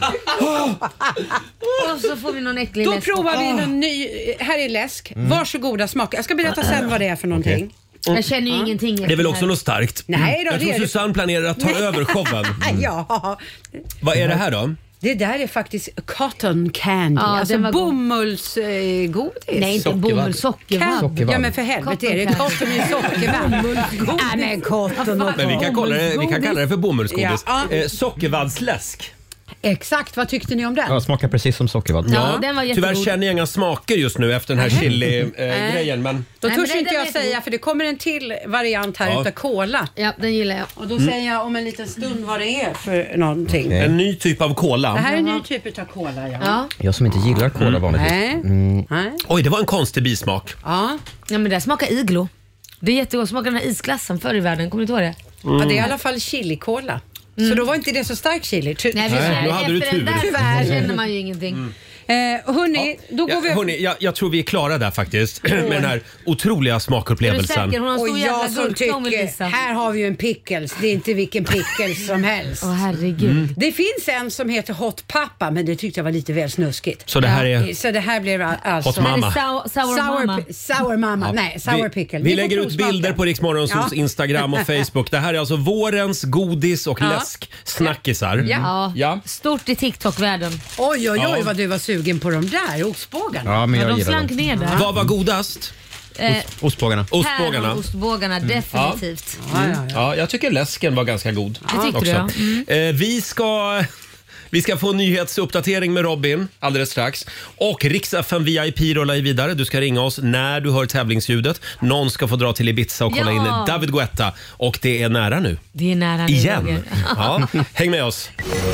Och så får vi någon äcklig läsk. läsk. Då provar vi någon ny. Här är läsk. Varsågoda smaka. Jag ska berätta sen vad det är för någonting. Jag känner ju ingenting. Det är väl också något starkt. Nej då, jag tror Susanne planerar att ta över showen. Ja. Vad är det här då? Det där är faktiskt cotton candy. Alltså bomullsgodis. Nej, inte bomull, sockervadd. Ja men för helvete är det cotton i sockervadd. Nej men cotton och men vi kan kalla det för bomullsgodis. Sockervaddsläsk. Exakt, vad tyckte ni om den? Ja, smakar precis som sockervadd. Ja, den var jättegod. Tyvärr känner jag inga smaker just nu efter den här chili-grejen. Men... Då törs inte jag säga, för det kommer en till variant här utav cola. Ja, den gillar jag. Och då säger jag om en liten stund vad det är för någonting. Okay. En ny typ av cola. Det här är en ny typ av cola, ja. Jag som inte gillar cola vanligtvis. Nej. Oj, det var en konstig bismak. Ja, men det smakar iglo. Det är jättegott. Smakar den här isglassen förr i världen. Kommer du ihåg det? Ja, det är i alla fall chili-cola. Så då var inte det så stark chili. Nej, nu hade du tur. Där känner man ju ingenting. Hörrni, då går vi... Hörrni, jag tror vi är klara där faktiskt med den här otroliga smakupplevelsen. Och jag som tycker, här har vi ju en pickles. Det är inte vilken pickles som helst. Herregud. Det finns en som heter Hot Papa, men det tyckte jag var lite väl snuskigt. Så det här är... Så det här blev alltså... Hot Mama. Sour Mama. Nej, sour pickle. Vi lägger ut bilder på Rix Morgonzoos Instagram och Facebook. Det här är alltså vårens godis och läsksnackisar. Ja. Stort i TikTok-världen. Oj, vad du var sugen på de där ostbågarna. Ja, men jag de gillar slank dem. ner där. Vad var godast? Ostbågarna. Ostbågarna, definitivt. Ja, jag tycker läsken var ganska god. Det tyckte du, Vi ska få en nyhetsuppdatering med Robin alldeles strax. Och Rix FM VIP rullar vidare. Du ska ringa oss när du hör tävlingsljudet. Någon ska få dra till Ibiza och kolla in David Guetta. Och det är nära nu. Det är nära nu. Igen. Ja, häng med oss.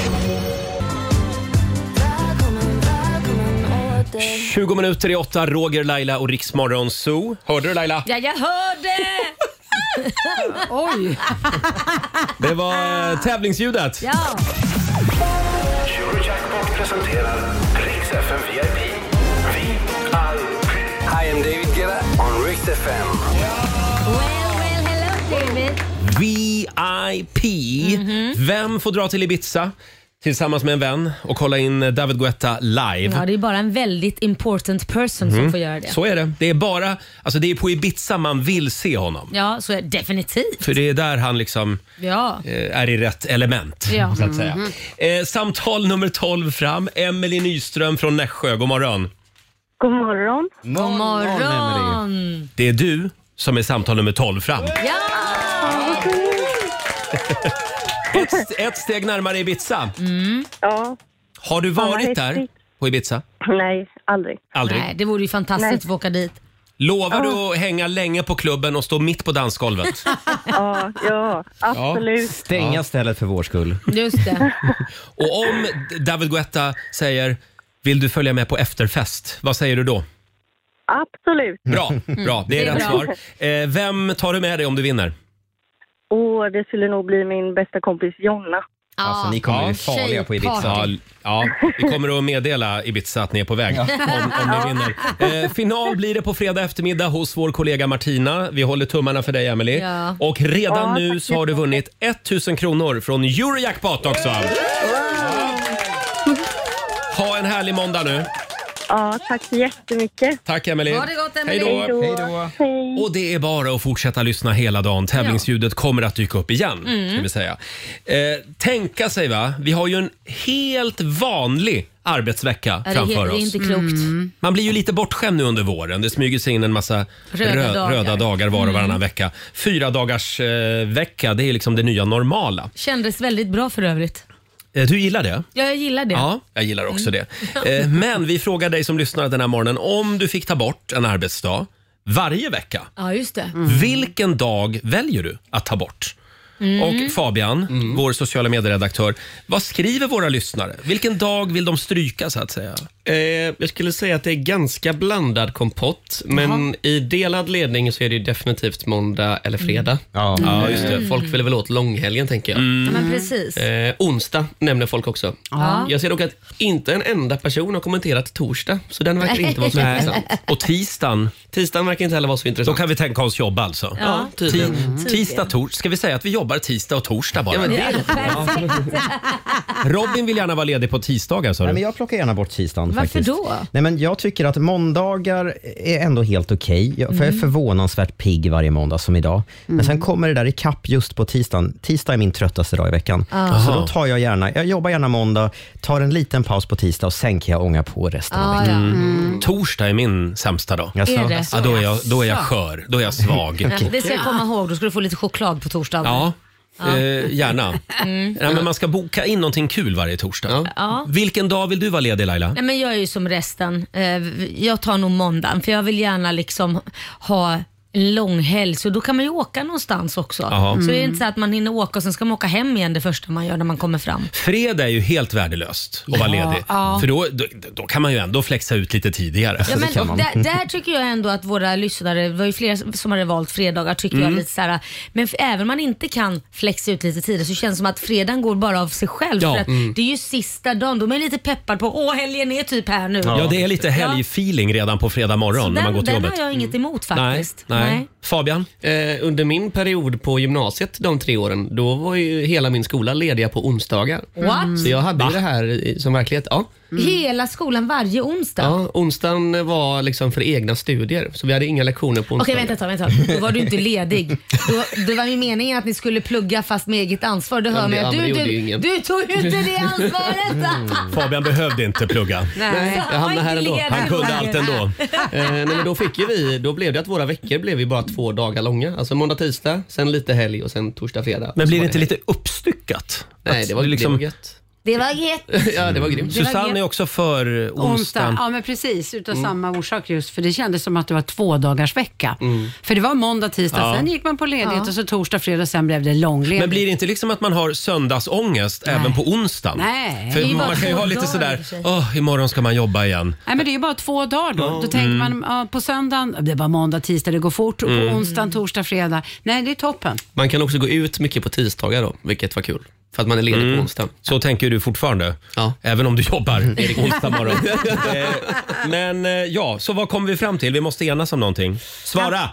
20 minuter i 8, Roger, Laila och Rix Morgonzoo. Hörde du, Laila? Ja, jag hörde! Oj! Det var tävlingsljudet. Ja. Eurojackpot presenterar Rix FM VIP. Hi, I'm David Guetta on Rix FM. Well, hello David. VIP. Vem får dra till Ibiza tillsammans med en vän och kolla in David Guetta live? Ja, det är bara en väldigt important person som får göra det. Så är det. Det är bara, alltså det är på Ibiza man vill se honom. Ja, så är det definitivt. För det är där han liksom är i rätt element, så att säga. Samtal nummer 12 fram. Emelie Nyström från Nässjö. God morgon. God morgon. God morgon. Det är du som är samtal nummer 12 fram. Ja! Ett steg närmare Ibiza. Ja. Har du varit där på Ibiza? Nej, aldrig. Nej, det vore ju fantastiskt att få åka dit. Lovar du att hänga länge på klubben och stå mitt på dansgolvet? Ja, absolut. Stänga stället för vår skull. Just det. Och om David Guetta säger, vill du följa med på efterfest? Vad säger du då? Absolut. Bra. Det är rätt svar. Vem tar du med dig om du vinner? Det skulle nog bli min bästa kompis Jonna. Alltså ni kommer bli farliga på Ibiza. Ja, vi kommer att meddela Ibiza att ni är på väg om ni vinner. Final blir det på fredag eftermiddag hos vår kollega Martina. Vi håller tummarna för dig, Emily. Ja. Och redan nu så har du vunnit 1000 kronor från Eurojackpot också. Ha en härlig måndag nu. Ja, tack så jättemycket. Tack Emelie. Ha det gott, Emelie. Hej då. Hej då. Hej. Och det är bara att fortsätta lyssna hela dagen. Tävlingsljudet kommer att dyka upp igen. Ska vi säga. Tänka sig va, vi har ju en helt vanlig arbetsvecka framför oss. Det är inte klokt. Man blir ju lite bortskämd nu under våren. Det smyger sig in en massa röda dagar var och varannan vecka. 4 dagars vecka, det är liksom det nya normala. Kändes väldigt bra för övrigt. Du gillar det? Ja, jag gillar det. Ja, jag gillar också det. Men vi frågar dig som lyssnar den här morgonen, om du fick ta bort en arbetsdag varje vecka, Ja, just det. vilken dag väljer du att ta bort? Och Fabian, vår sociala medieredaktör, vad skriver våra lyssnare? Vilken dag vill de stryka så att säga? Jag skulle säga att det är ganska blandad kompott. Men i delad ledning så är det ju definitivt måndag eller fredag. Ja, just det. Folk vill väl åt långhelgen tänker jag. Ja, men precis. Onsdag nämner folk också. Jag ser dock att inte en enda person har kommenterat torsdag. Så den verkar inte vara så intressant. Och tisdagen verkar inte heller vara så intressant. Då kan vi tänka oss jobb alltså. Ja, tydligen. Tisdag, torsdag. Ska vi säga att vi jobbar tisdag och torsdag bara? Ja, men det Robin vill gärna vara ledig på tisdagar, sa du? Nej, men jag plockar gärna bort tisdagen. Varför faktiskt. då? Nej, men jag tycker att måndagar är ändå helt okej. För jag är förvånansvärt pigg varje måndag som idag. Men sen kommer det där i kapp just på tisdagen. Tisdag är min tröttaste dag i veckan. Så då tar jag jobbar gärna måndag, tar en liten paus på tisdag och sen kan jag ånga på resten av veckan. Torsdag är min sämsta dag. Alltså. Är det? Ja, då är jag skör. Då är jag svag. Det ska jag komma ihåg. Då ska du få lite choklad på torsdag. Ja. Gärna. Ja, men man ska boka in någonting kul varje torsdag. Ja. Vilken dag vill du vara ledig, Laila? Nej, men jag är ju som resten. Jag tar nog måndagen, för jag vill gärna liksom ha en lång helg, så då kan man ju åka någonstans också. Så det är inte så att man hinner åka och sen ska man åka hem igen det första man gör när man kommer fram. Fredag är ju helt värdelöst att vara ledig. För då kan man ju ändå flexa ut lite tidigare. Ja, men där tycker jag ändå att våra lyssnare, det var ju flera som hade valt fredagar, tycker jag lite så här. Men även om man inte kan flexa ut lite tidigare så känns det som att fredagen går bara av sig själv. För att det är ju sista dagen, då är man lite peppad på helgen är typ här nu. Ja, det är lite helgfeeling redan på fredag morgon så när man går till jobbet. Den har jag inget emot faktiskt. Nej. Fabian? Under min period på gymnasiet de 3 åren, då var ju hela min skola lediga på onsdagar. What? Så jag hade ju det här som verklighet. Ja. Hela skolan varje onsdag? Ja, onsdagen var liksom för egna studier. Så vi hade inga lektioner på onsdagen. Okej, vänta. Då var du inte ledig. Det var ju meningen att ni skulle plugga fast med eget ansvar. Du hör mig att du tog ju inte det ansvaret. Fabian behövde inte plugga. Nej, jag hamnade här ändå. Han kunde allt ändå. Nej, men då blev det att våra veckor blev ju bara 2 dagar långa. Alltså måndag, tisdag, sen lite helg och sen torsdag, fredag. Men blir det inte lite uppstyckat? Nej, det var liksom gött. Det var gött. Ja, det var grymt. Susanne är också för onsdag. Ja, men precis. Utav samma orsak just. För det kändes som att det var 2 dagars vecka. För det var måndag, tisdag, sen gick man på ledighet och så torsdag, fredag, sen blev det långledigt. Men blir det inte liksom att man har söndagsångest även på onsdagen? Nej. För man kan ju ha lite sådär, imorgon ska man jobba igen. Nej, men det är ju bara 2 dagar då. Då tänker man på söndagen, det är bara måndag, tisdag, det går fort. Och på onsdagen, torsdag, fredag. Nej, det är toppen. Man kan också gå ut mycket på tisdagar då, vilket var kul. För att man är ledig på onsdag. Så tänker du fortfarande? Ja. Även om du jobbar onsdag morgon. Men så vad kommer vi fram till? Vi måste enas om någonting. Svara!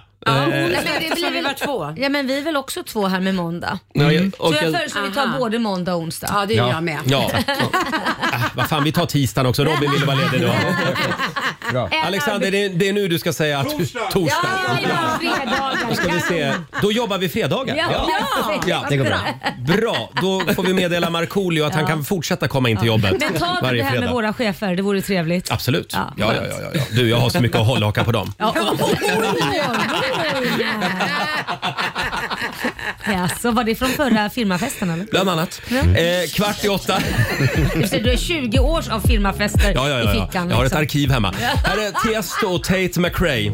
Vi var 2. Ja, men vi är väl också 2 här med måndag. Så jag föreslår vi tar både måndag och onsdag. Ja, det är jag med. Ja. Vad fan, vi tar tisdagen också. Robin ville vara ledig då. Bra. Alexander, det är nu du ska säga att torsdag. Ja, fredagar. Ska vi se. Då jobbar vi fredagar. Ja. Det går bra. Bra, då får vi meddela Markoolio att han kan fortsätta komma in till jobbet Men ta varje det här fredag. med våra chefer, det vore trevligt. Absolut. Ja. Du, jag har så mycket att hålla på dem. Ja, så var det från förra firmafesten eller? Bland annat. 7:45. Just det, du har 20 års av firmafester i fickan. Jag har ett liksom. arkiv hemma. Här är Tiesto och Tate McRae.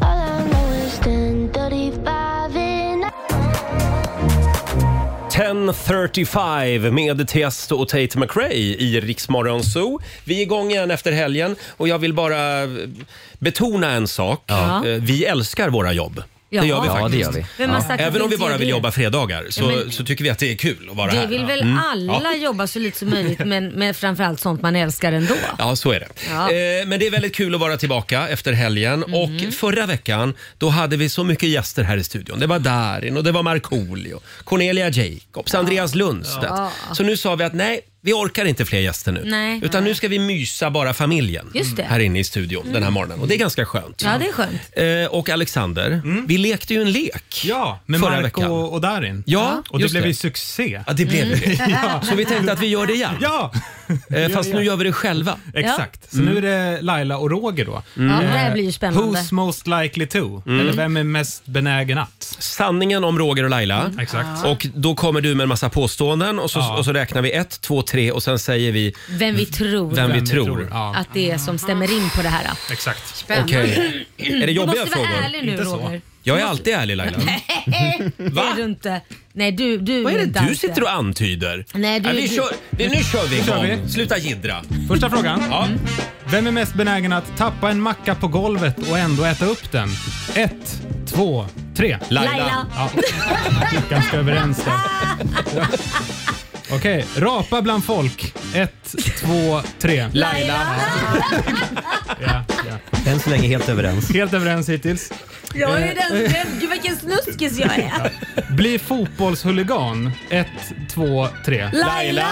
10:35 med Tiesto och Tate McRae i Rix Morgon Zoo. Vi är igång igen efter helgen och jag vill bara betona en sak. Vi älskar våra jobb. Det gör vi faktiskt. Det gör vi. Även om vi bara vill jobba fredagar så tycker vi att det är kul att vara här. Det vill väl alla jobba så lite som möjligt, men framförallt sånt man älskar ändå. Ja, så är det. Ja. Men det är väldigt kul att vara tillbaka efter helgen. Och förra veckan, då hade vi så mycket gäster här i studion. Det var Darin och det var Markoolio, Cornelia Jacobs, Andreas Lundstedt. Så nu sa vi att nej, vi orkar inte fler gäster nu. Nej. Utan nu ska vi mysa bara familjen här inne i studion den här morgonen. Och det är ganska skönt. Ja, det är skönt. Och Alexander, vi lekte ju en lek. Ja, med förra Marco veckan. och Darin. Ja, och det blev ju succé. Ja, det blev det. Ja. Så vi tänkte att vi gör det igen. Ja! Fast nu gör vi det själva. Exakt. Så nu är det Laila och Roger då. Ja, det här blir ju spännande. Who's most likely to? Eller vem är mest benägen att? Sanningen om Roger och Laila. Exakt. Och då kommer du med en massa påståenden och så räknar vi 1, 2, 3 och sen säger vi vem vi tror Ja. att det är som stämmer in på det här. Exakt. Spännande. Okej. Är det jobbiga frågor? Du måste vara ärlig nu, Inte så. Roger. Jag är alltid ärlig, Laila. Nej, det är du inte. Nej, du Vad är det inte du alls sitter och antyder? Nej, du, nu kör vi kör igång. Sluta jiddra. Första frågan. Ja. Vem är mest benägen att tappa en macka på golvet och ändå äta upp den? 1, 2, 3. Laila. Ja. Ganska överens där. Okej, rapa bland folk. 1, 2, 3. Laila. Ja. Än så länge helt överens. Helt överens hittills. Jag är den. Gud, vilken snuskis jag är. Bli fotbollshuligan. 1, 2, 3. Laila.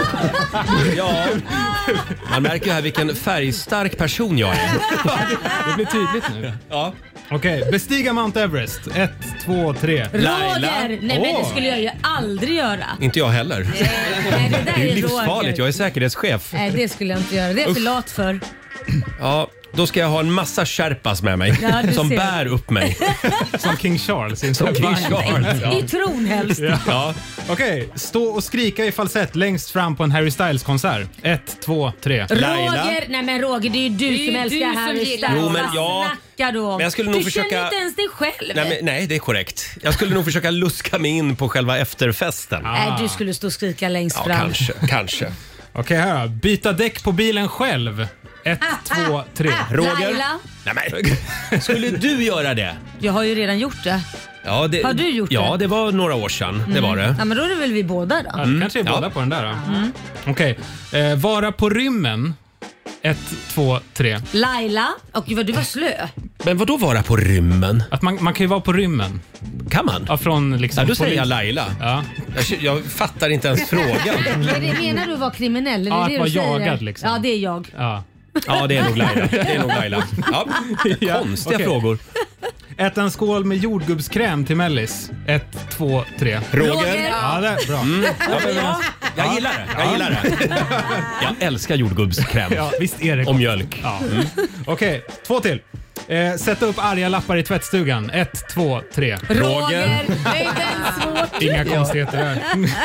Ja. Man märker ju här vilken färgstark person jag är. Det blir tydligt nu. Ja. Okej, bestiga Mount Everest. 1, 2, 3. Roger. Nej, men det skulle jag ju aldrig göra. Inte jag heller. Nej, det där Det är är livsfarligt. Roger. Jag är säkerhetschef. Nej, det skulle jag inte göra. Det är jag för lat för. Ja, då ska jag ha en massa sherpas med mig Ja, som ser. bär upp mig. Som King Charles. Som King Charles. Ja. I tron helst. Ja. Okej, stå och skrika i falsett längst fram på en Harry Styles-konsert. 1, 2, 3. Roger, nej men Roger, det är ju du som älskar Harry Styles. Jo, men Vad snackar du om? Men jag skulle nog du försöka... känner inte ens dig själv. Nej, det är korrekt. Jag skulle nog försöka luska mig in på själva efterfesten. Nej, du skulle stå och skrika längst fram. Kanske. Okej, här då. Byta däck på bilen själv. 1, 2, 3. Roger? Laila? Nej, men, skulle du göra det? Jag har ju redan gjort det. Ja, Har du gjort det? Ja, det var några år sedan. Det var det. Ja, men då är det väl vi båda då. Ja, kanske är båda på den där då. Okej, vara på rymmen. 1, 2, 3. Laila. Och gud vad du var slö. Men vad då vara på rymmen? Att man kan ju vara på rymmen. Kan man? Ja, från liksom... Ja, då säger jag Laila. Ja. Jag fattar inte ens frågan. Menar du att vara kriminell? Ja, det att vara du säger? jagad liksom. Ja, det är jag. Ja, det är nog Laila. Ja. Konstiga frågor. Äta en skål med jordgubbskräm till mellis. 1, 2, 3. Roger? Ja, det är bra. Jag gillar det. Jag älskar jordgubbskräm. Ja, visst är det och mjölk. Ja. Okej, 2 till. Sätta upp arga lappar i tvättstugan. 1, 2, 3. Roger. Det är inte ens svårt. Inga konstigheter där.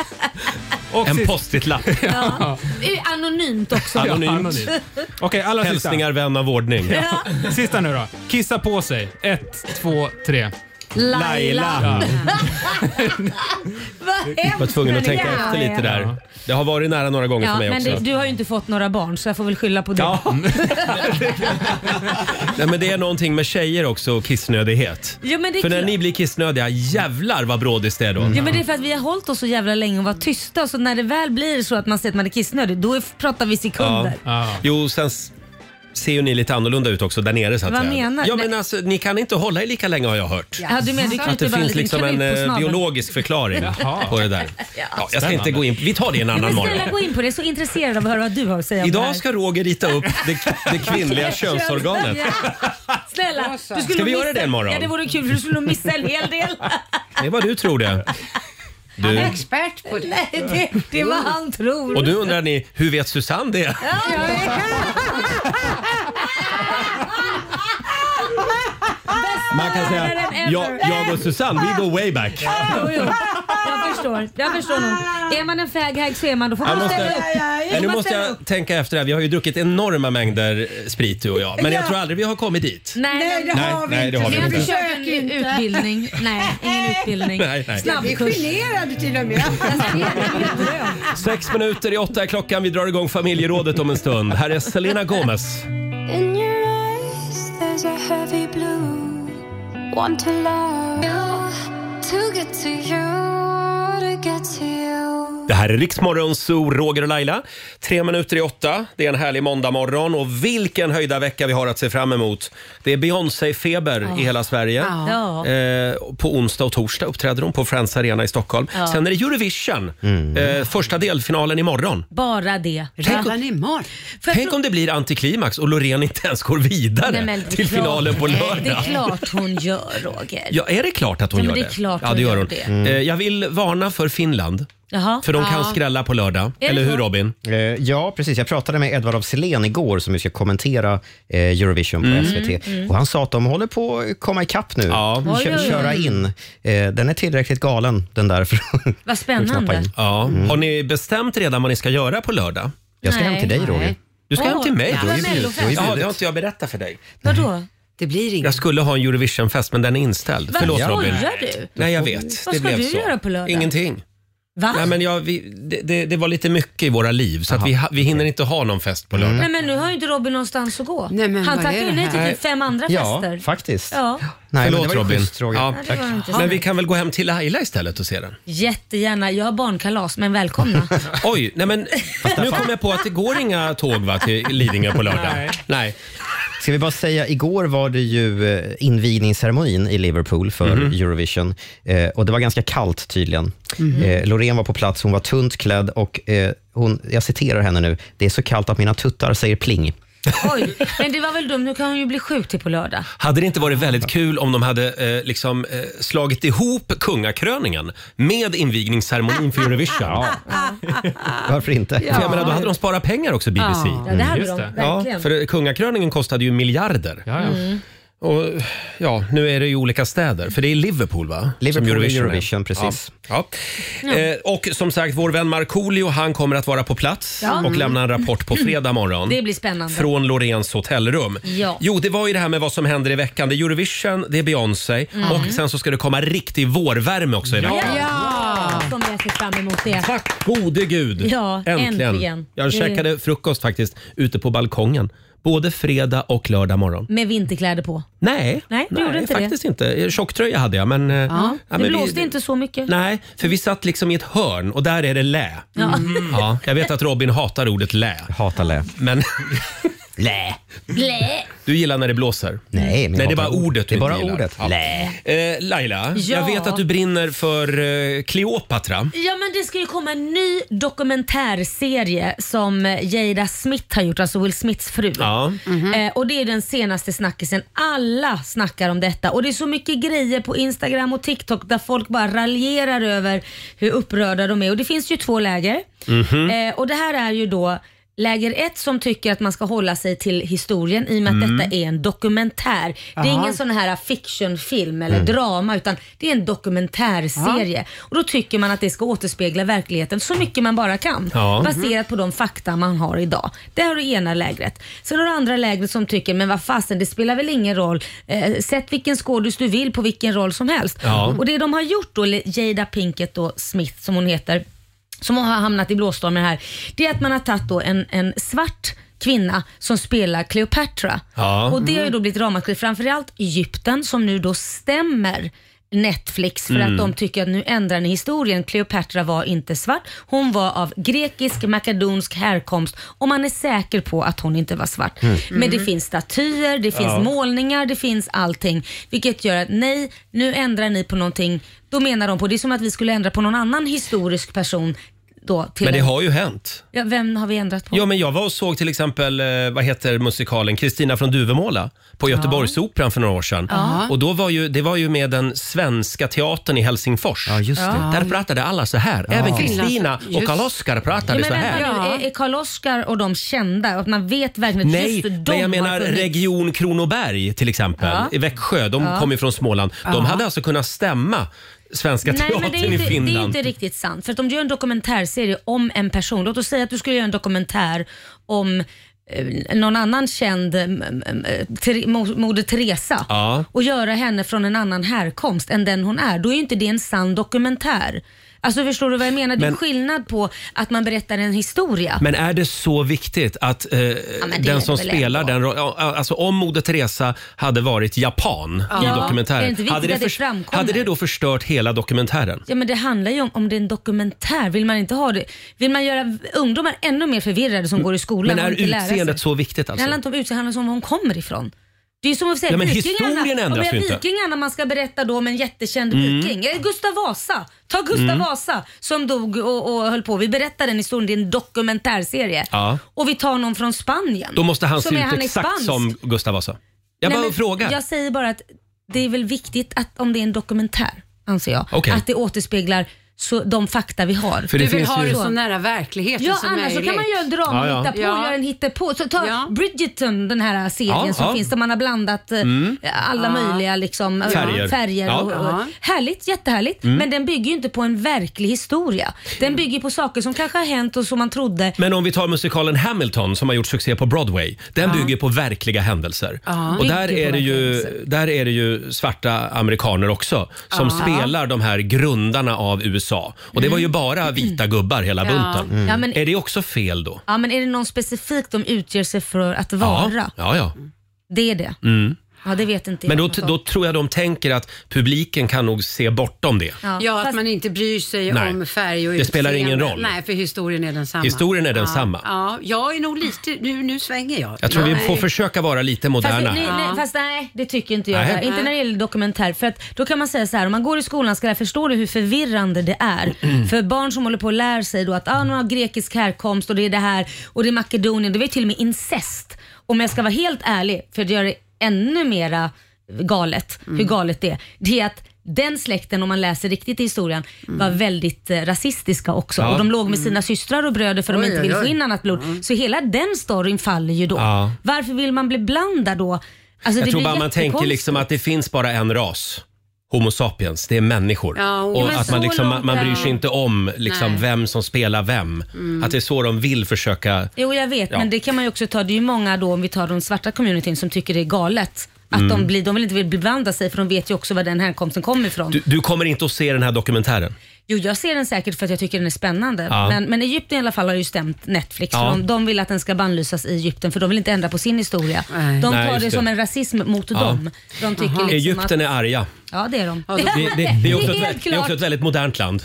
Och en post-it-lapp. Ja. Anonymt också. Anonymt. Okej, alla sista. Hälsningar vän av ordning. Ja. Sista nu då. Kissa på sig. 1, 2, 3. Laila. Ja. Jag var tvungen att tänka efter lite där. Det har varit nära några gånger för mig men också. du har ju inte fått några barn så jag får väl skylla på det. Ja. Nej, men det är någonting med tjejer också och kissnödighet. Ja, men det är för när klart. ni blir kissnödiga, jävlar vad brådis det är då. Ja, men det är för att vi har hållit oss så jävla länge och varit tysta. Så när det väl blir så att man ser att man är kissnödig, då pratar vi sekunder. Jo, sen ser ju ni lite annorlunda ut också där nere så att Vad säga. menar du? Ja, men alltså, ni kan inte hålla er lika länge har jag hört. Ja, du menar, Att det finns liksom en biologisk förklaring på det där. Ja, jag ska inte gå in. Vi tar det en annan morgon. Snälla gå in på det. Jag är så intresserad av att höra vad du har att säga om det Idag här. ska Roger rita upp det kvinnliga könsorganet. Snälla, du skulle Ska vi nog göra det en morgon? Ja, det vore kul för du skulle nog missa en hel del. Det är vad du tror det. Han är expert på det. Nej, det är vad han tror. Och nu undrar ni, hur vet Susanne det? Man kan säga, jag och Susanne, we go way back. Jo. Jag förstår nog. Är man en fag-hag så är man, då får man ställa upp. Nu måste jag tänka efter det här. Vi har ju druckit enorma mängder sprit du och jag. Men jag tror aldrig vi har kommit dit. Nej, det har vi inte. Det har Vi vi har inte. försökt en utbildning. Nej, ingen utbildning. Nej. Vi är Snabbkurs. generade till och med. 6 minuter i 8 är klockan. Vi drar igång familjerådet om en stund. Här är Selena Gomez. In your eyes there's a heavy blue. Want to love you, to get to you, to get to you. Det här är Riksmorgon Zoo, Roger och Laila. 7:03. Det är en härlig måndagmorgon och vilken höjda vecka vi har att se fram emot. Det är Beyoncé-feber i hela Sverige. På onsdag och torsdag uppträder hon på Friends Arena i Stockholm. Sen är det Eurovision. Första delfinalen imorgon. Bara det. Redan imorgon. Tänk om det blir antiklimax och Loreen inte ens går vidare till finalen på lördag. Det är klart hon gör, Roger. Ja, är det klart att hon gör det? Det är klart det gör hon. Jag vill varna för Finland. Jaha. För de kan skrälla på lördag. Eller hur, Robin? Ja, precis. Jag pratade med Edvard af Sillén igår som ju ska kommentera Eurovision på SVT. Och han sa att de håller på att komma ikapp nu. Köra in. Den är tillräckligt galen, den där. Vad spännande. Har ni bestämt redan vad ni ska göra på lördag? Jag ska hem till dig, Roger. Du ska hem till mig? Ja, det har inte jag berättat för dig. Vadå? Det blir inget. Jag skulle ha en Eurovision-fest, men den är inställd. Förlåt, Robin. Vad gör du? Nej, jag vet. Vad ska du göra på lördag? Ingenting. Va? Nej, men det var lite mycket i våra liv så att vi hinner inte ha någon fest på lördag. Nej, men nu har ju inte Robin någonstans att gå. Nej, men han tackar ju nej till typ 5 andra fester. Ja, faktiskt. Ja. Nej, förlåt, Robin. Men vi kan väl gå hem till Laila istället och se den? Jättegärna. Jag har barnkalas, men välkomna. Oj, nej men nu kom jag på att det går inga tåg till Lidingö på lördag. Nej. Ska vi bara säga, igår var det ju invigningsceremonin i Liverpool för Eurovision. Och det var ganska kallt tydligen. Loreen var på plats, hon var tunt klädd och jag citerar henne nu. Det är så kallt att mina tuttar säger pling. Oj, men det var väl dumt. Nu kan hon ju bli sjuk till på lördag. Hade det inte varit väldigt kul om de hade slagit ihop kungakröningen med invigningsceremonin för Eurovision? Varför inte? För jag menar, då hade de sparat pengar också, BBC. Ja, det hade de, verkligen. För kungakröningen kostade ju miljarder. Och nu är det ju olika städer. För det är Liverpool, va? Liverpool och Eurovision, precis. Och som sagt, vår vän Markoolio, han kommer att vara på plats och lämna en rapport på fredag morgon. Det blir spännande. Från Loreens hotellrum. Ja. Jo, det var ju det här med vad som händer i veckan. Det är Eurovision, det är Beyoncé och sen så ska det komma riktig vårvärme också i veckan. De är jag fram emot det. Tack gode Gud. Ja, äntligen. Jag käkade frukost faktiskt ute på balkongen. Både fredag och lördag morgon. Med vinterkläder på? Nej, du gjorde inte faktiskt inte. Tjocktröja hade jag, men... det blåste inte så mycket. Nej, för vi satt liksom i ett hörn och där är det lä. Ja, jag vet att Robin hatar ordet lä. Hatar lä. Men... Lä. Du gillar när det blåser? Nej, det är bara ordet du det är bara gillar. ordet. Lä. Laila, jag vet att du brinner för Cleopatra. Ja, men det ska ju komma en ny dokumentärserie som Jada Smith har gjort, alltså Will Smiths fru. Och det är den senaste snackisen. Alla snackar om detta och det är så mycket grejer på Instagram och TikTok där folk bara raljerar över hur upprörda de är. Och det finns ju 2 läger. Och det här är ju då läger 1 som tycker att man ska hålla sig till historien i och med att detta är en dokumentär. Det är ingen sån här fictionfilm eller drama, utan det är en dokumentärserie. Och då tycker man att det ska återspegla verkligheten så mycket man bara kan. Baserat på de fakta man har idag. Det har det ena lägret. Sen har det andra lägret som tycker, men vad fasen, det spelar väl ingen roll. Sätt vilken skådis du vill på vilken roll som helst. Och det de har gjort då, Jada Pinkett och Smith som hon heter, som har hamnat i blåstormen här, det är att man har tagit då en svart kvinna som spelar Cleopatra. Och det har ju då blivit ramaskri, framförallt Egypten som nu då stämmer Netflix för att de tycker att nu ändrar ni historien. Cleopatra var inte svart. Hon var av grekisk, makedonsk härkomst och man är säker på att hon inte var svart. Men det finns statyer, det finns målningar, det finns allting. Vilket gör att nej, nu ändrar ni på någonting. Då menar de på, det är som att vi skulle ändra på någon annan historisk person. Men det har ju hänt. Ja, vem har vi ändrat på? Ja, men jag var och såg till exempel, vad heter musikalen? Kristina från Duvemåla på Göteborgsoperan för några år sedan. Och då det var ju med den svenska teatern i Helsingfors. Ja, just det. Där pratade alla så här. Även Kristina och Karl-Oskar pratade så här. Är Karl-Oskar och de kända? Att man vet verkligen Nej, men jag menar Region Kronoberg till exempel. I Växjö, de kom ju från Småland. De hade alltså kunnat stämma svenska teatern i Finland. Det är inte riktigt sant. För att om du gör en dokumentärserie om en person, låt oss säga att du skulle göra en dokumentär om någon annan känd Moder Teresa och göra henne från en annan härkomst än den hon är, då är ju inte det en sann dokumentär. Alltså förstår du vad jag menar? Det är skillnad på att man berättar en historia. Men är det så viktigt att den som spelar den alltså om Moder Teresa hade varit japan i dokumentären, hade det då förstört hela dokumentären? Ja, men det handlar ju om det är en dokumentär. Vill man inte ha det? Vill man göra ungdomar ännu mer förvirrade som går i skolan? Men är utseendet så viktigt alltså? Det handlar inte om utseendet, det handlar om var hon kommer ifrån. Det är som att säga men historien ändras ju inte. Vikingarna man ska berätta då om en jättekänd viking. Gustav Vasa. Ta Gustav Vasa som dog och höll på. Vi berättar den historien, det är en dokumentärserie. Ja. Och vi tar någon från Spanien. Då måste han se ut exakt som Gustav Vasa. Jag frågar. Jag säger bara att det är väl viktigt att om det är en dokumentär, anser jag, att det återspeglar så de fakta vi har. För du vill ha det så nära verkligheten som annars möjligt. Så kan man göra drama, hitta på, göra en hittepå. Så ta Bridgerton, den här serien som finns där man har blandat alla möjliga liksom, färger. Och härligt, jättehärligt. Men den bygger ju inte på en verklig historia. Den bygger på saker som kanske har hänt och som man trodde. Men om vi tar musikalen Hamilton som har gjort succé på Broadway. Den bygger på verkliga händelser. Och där är det ju svarta amerikaner också som spelar de här grundarna av USA. Och det var ju bara vita gubbar hela bunten. Ja, men, är det också fel då? Ja, men är det någon specifikt de utger sig för att vara? Ja. Det är det. Ja, det vet inte jag. Men då tror jag de tänker att publiken kan nog se bortom det. Ja, att man inte bryr sig om färg och det spelar ingen roll. Nej, för historien är densamma. Historien är densamma. Ja, jag är nog lite... Nu svänger jag. Jag tror vi får försöka vara lite moderna. Fast nej, det tycker inte jag. Inte när det gäller dokumentär. För att då kan man säga så här, om man går i skolan ska jag förstå hur förvirrande det är. För barn som håller på att lära sig då att man har grekisk härkomst och det är det här och det är Makedonien. Det är till och med incest. Om jag ska vara helt ärlig, för att göra det ännu mera galet, hur galet det är att den släkten, om man läser riktigt i historien, var väldigt rasistiska också. Och de låg med sina systrar och bröder för de inte vill få in annat blod. Så hela den storyn faller ju då. Varför vill man bli blandad då? Alltså, jag tror bara man tänker liksom att det finns bara en ras. Homo sapiens, det är människor. Och att man, liksom, man bryr sig inte om liksom, vem som spelar vem. Att det är så de vill försöka... Jo, jag vet, men det kan man ju också ta. Det är ju många då, om vi tar de svarta communityn, som tycker det är galet. Att de vill inte blanda sig, för de vet ju också var den härkomsten kommer ifrån. Du kommer inte att se den här dokumentären? Jo, jag ser den säkert för att jag tycker den är spännande. Men Egypten i alla fall har ju stämt Netflix. De vill att den ska bannlysas i Egypten, för de vill inte ändra på sin historia. De tar det som en rasism mot dem. De tycker liksom Egypten är arga. Ja, det är de. Det är också ett väldigt modernt land.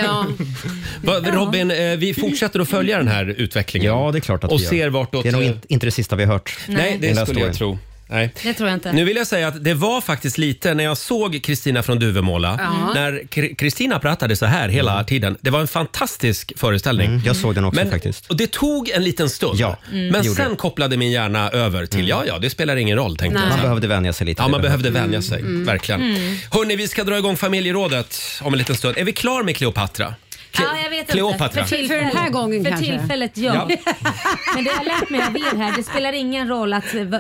Robin, vi fortsätter att följa den här utvecklingen. Ja, det är klart att vi gör. Ser vartåt... Det är nog inte det sista vi har hört. Nej, det skulle jag tro. Nej. Det tror jag inte. Nu vill jag säga att det var faktiskt lite när jag såg Kristina från Duvemåla, när Kristina pratade så här hela tiden. Det var en fantastisk föreställning. Jag såg den också faktiskt. Och det tog en liten stund. Men sen kopplade min hjärna över till det spelar ingen roll, tänkte jag. Man behövde vänja sig lite. Ja, man behövde vänja sig, verkligen. Hörrni, vi ska dra igång familjerådet om en liten stund. Är vi klar med Kleopatra? Jag vet Kleopatra. inte. För den här gången kanske. För tillfället, ja. Men det jag har lärt mig av er här, det spelar ingen roll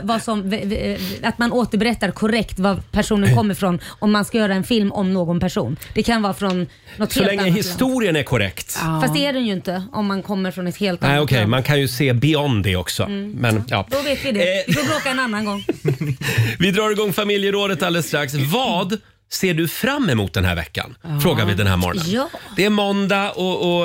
att man återberättar korrekt var personen kommer ifrån om man ska göra en film om någon person. Det kan vara från något så helt länge annat historien är korrekt. Fast det är den ju inte om man kommer från ett helt annat. Nej, okej. Man kan ju se beyond det också. Men, då vet vi det. Vi får bråka en annan gång. Vi drar igång familjerådet alldeles strax. Vad ser du fram emot den här veckan? Frågar vi den här morgonen. Ja. Det är måndag och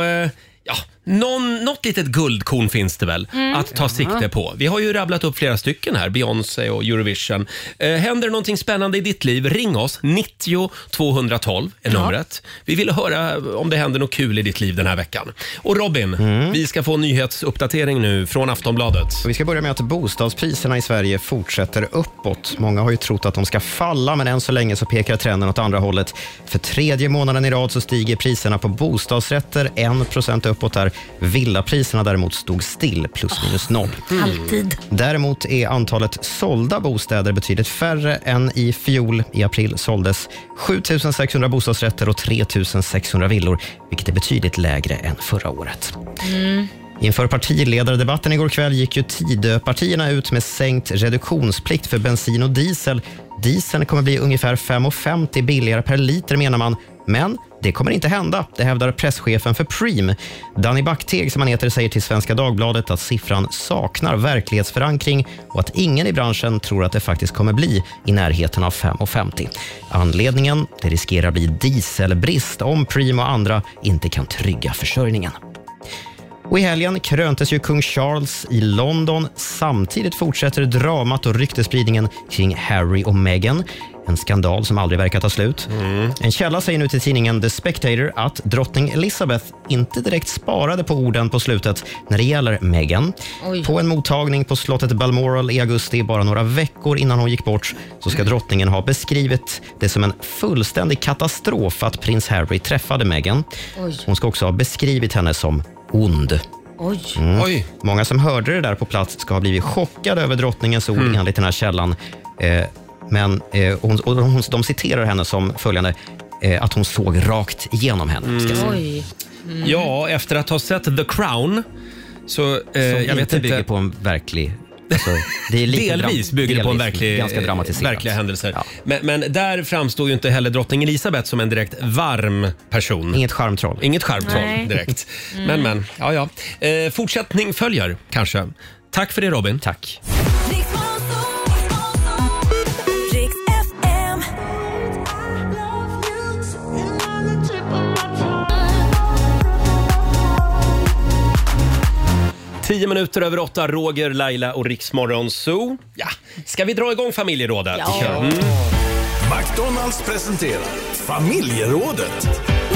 något litet guldkorn finns det väl att ta sikte på. Vi har ju rabblat upp flera stycken här, Beyoncé och Eurovision. Händer någonting spännande i ditt liv? Ring oss, 90 212 är numret. Vi vill höra om det händer något kul i ditt liv den här veckan. Och Robin, vi ska få en nyhetsuppdatering nu från Aftonbladet. Vi ska börja med att bostadspriserna i Sverige fortsätter uppåt. Många har ju trott att de ska falla, men än så länge så pekar trenden åt andra hållet. För 3:e månaden i rad så stiger priserna på bostadsrätter 1% uppåt där. Villapriserna däremot stod still, plus minus noll. Alltid. Däremot är antalet sålda bostäder betydligt färre än i fjol. I april såldes 7600 bostadsrätter och 3600 villor, vilket är betydligt lägre än förra året. Inför partiledardebatten igår kväll gick ju Tidöpartierna ut med sänkt reduktionsplikt för bensin och diesel. Dieseln kommer bli ungefär 5,50 billigare per liter, menar man. Men Det kommer inte hända, det hävdar presschefen för Preem. Danny Backteg, som han heter, säger till Svenska Dagbladet att siffran saknar verklighetsförankring och att ingen i branschen tror att det faktiskt kommer bli i närheten av 5,50. Anledningen? Det riskerar bli dieselbrist om Preem och andra inte kan trygga försörjningen. Och i helgen kröntes ju kung Charles i London. Samtidigt fortsätter dramat och ryktespridningen kring Harry och Meghan. En skandal som aldrig verkar ta slut. En källa säger nu till tidningen The Spectator att drottning Elizabeth inte direkt sparade på orden på slutet när det gäller Meghan. På en mottagning på slottet Balmoral i augusti, bara några veckor innan hon gick bort, så ska drottningen ha beskrivit det som en fullständig katastrof att prins Harry träffade Meghan. Hon ska också ha beskrivit henne som ond. Oj. Många som hörde det där på plats ska ha blivit chockade över drottningens ord enligt den här källan. Men de citerar henne som följande, att hon såg rakt igenom henne. Ska jag säga. Ja, efter att ha sett The Crown så jag vet inte, bygger på en verklig... Alltså, det är lite delvis bygger det på en ganska dramatiserat. verkliga händelser. Ja. Men där framstår ju inte heller drottning Elizabeth som en direkt varm person. Inget charmtroll. Direkt. Men, ja. Fortsättning följer kanske. Tack för det, Robin. Tack. 10 minuter över 8, Roger, Laila och Riksmorgon Zoo. Ja, ska vi dra igång familjerådet? Ja. McDonalds presenterar familjerådet.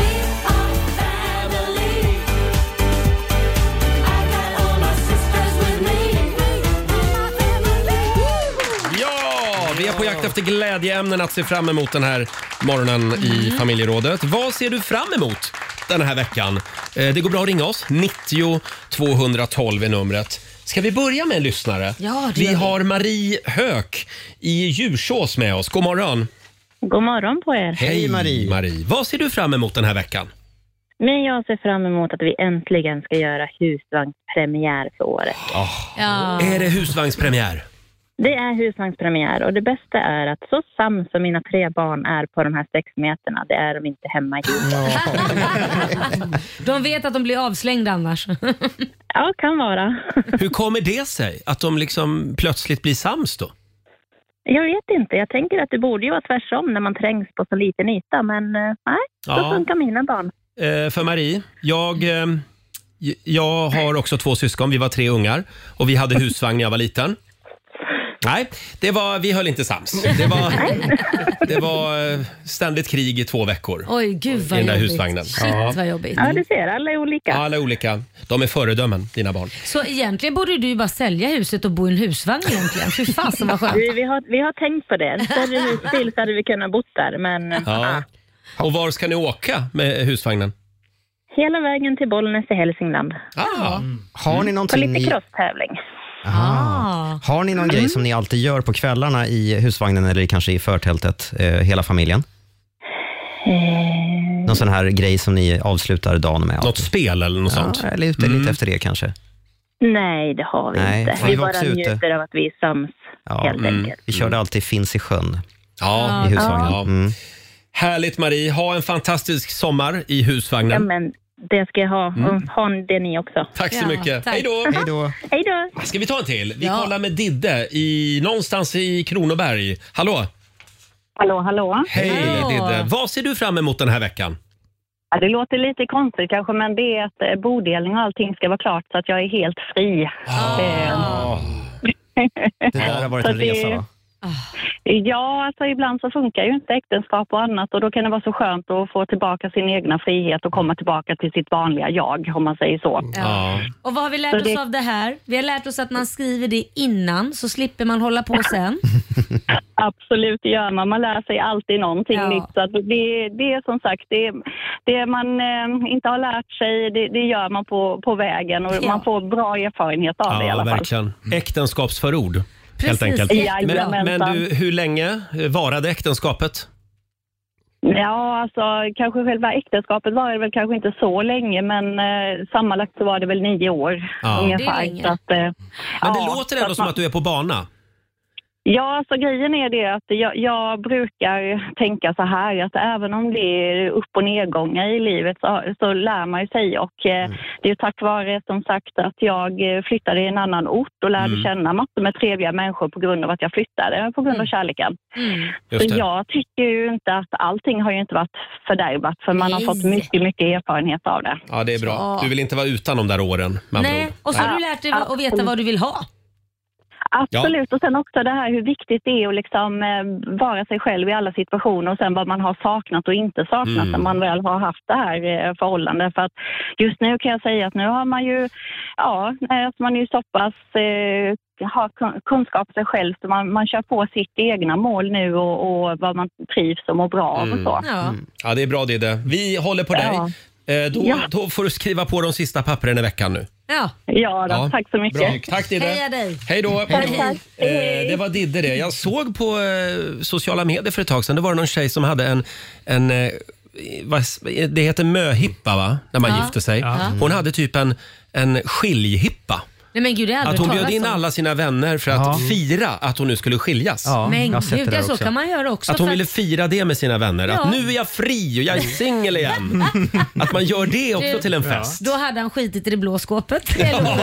Ja, vi är på jakt efter glädjeämnen att se fram emot den här morgonen i familjerådet. Vad ser du fram emot den här veckan? Det går bra att ringa oss. 90 212 är numret. Ska vi börja med en lyssnare? Ja, vi har Marie Höök i Djursås med oss. God morgon. God morgon på er. Hej Marie. Vad ser du fram emot den här veckan? Men jag ser fram emot att vi äntligen ska göra husvagnspremiär för året. Är det husvagnspremiär? Det är husvagnspremiär och det bästa är att så sam som mina 3 barn är på de här 6 meterna, det är de inte hemma i huset. De vet att de blir avslängda annars. Ja, kan vara. Hur kommer det sig att de liksom plötsligt blir sams då? Jag vet inte. Jag tänker att det borde ju vara tvärsom när man trängs på så liten yta, men nej, så funkar mina barn. För Marie, jag har också 2 syskon. Vi var 3 ungar och vi hade husvagn när jag var liten. Nej, vi höll inte sams. Det var ständigt krig i 2 veckor. Oj, gud vad i den där jobbigt. husvagnen. Shit, vad jobbigt. Ja, du ser, alla är olika. Alla är olika. De är föredömen, dina barn. Så egentligen borde du ju bara sälja huset och bo i en husvagn egentligen. Fy fasen vad skönt. Vi har tänkt på det. Större hus till så hade vi kunnat bo där, men... Ja. Och var ska ni åka med husvagnen? Hela vägen till Bollnäs i Hälsingland. Har ni någonting... På lite crosstävling. Har ni någon grej som ni alltid gör på kvällarna i husvagnen eller kanske i förtältet, hela familjen? Någon sån här grej som ni avslutar dagen med? Något spel eller något sånt? Eller lite efter det kanske? Nej, det har vi inte. Vi bara njuter av att vi är sams helt enkelt. Vi körde alltid Finns i sjön i husvagnen. Ja. Härligt Marie, ha en fantastisk sommar i husvagnen. Ja, men det ska jag ha. Ha det ni också. Tack så mycket. Hej då. Hej då. Ska vi ta en till? Vi kollar med Didde någonstans i Kronoberg. Hallå? Hallå. Hej Didde. Vad ser du fram emot den här veckan? Ja, det låter lite konstigt kanske, men det är att bodelning och allting ska vara klart så att jag är helt fri. Det där har varit en resa, va? Ja, alltså ibland så funkar ju inte äktenskap och annat och då kan det vara så skönt att få tillbaka sin egna frihet och komma tillbaka till sitt vanliga jag, om man säger så. Ja. Och vad har vi lärt oss av det här? Vi har lärt oss att man skriver det innan så slipper man hålla på sen. Absolut, det gör man. Man lär sig alltid någonting nytt. Så att det är som sagt, det man inte har lärt sig, det gör man på vägen och man får bra erfarenhet av det i alla fall. Verkligen. Äktenskapsförord. Helt enkelt. Men du, hur länge varade äktenskapet? Ja, alltså kanske själva äktenskapet var det väl kanske inte så länge, men sammanlagt så var det väl 9 år ungefär. Men det låter ändå som att du är på bana. Ja, alltså grejen är det att jag brukar tänka så här att även om det är upp- och nedgångar i livet så lär man sig och det är tack vare som sagt att jag flyttade i en annan ort och lärde känna massor med trevliga människor på grund av att jag flyttade, på grund av kärleken. Så jag tycker ju inte att allting har ju inte varit fördärvat för man har fått mycket erfarenhet av det. Ja, det är bra. Du vill inte vara utan de där åren. Nej, och så har du lärt dig att veta vad du vill ha. Absolut, och sen också det här hur viktigt det är att liksom vara sig själv i alla situationer och sen vad man har saknat och inte saknat när man väl har haft det här förhållandet. För att just nu kan jag säga att nu har man ju, man är ju så pass har kunskap om sig själv så man kör på sitt egna mål nu och vad man trivs och mår bra av och så. Ja, det är bra det. Vi håller på dig. Då får du skriva på de sista pappren i veckan nu. Ja, tack så mycket. Bra. Tack Didde. Heja dig. Hej då. Det var Didde det. Jag såg på sociala medier för ett tag sedan. Det var någon tjej som hade det heter möhippa va? När man gifter sig. Hon hade typ en skiljhippa. Nej, men gud, att hon bjöd in alla sina vänner för att fira att hon nu skulle skiljas. Men gud, så kan man göra också. Att hon ville fira det med sina vänner. Att nu är jag fri och jag är singel igen. Att man gör det också till en fest. Då hade han skitit i det blå skåpet.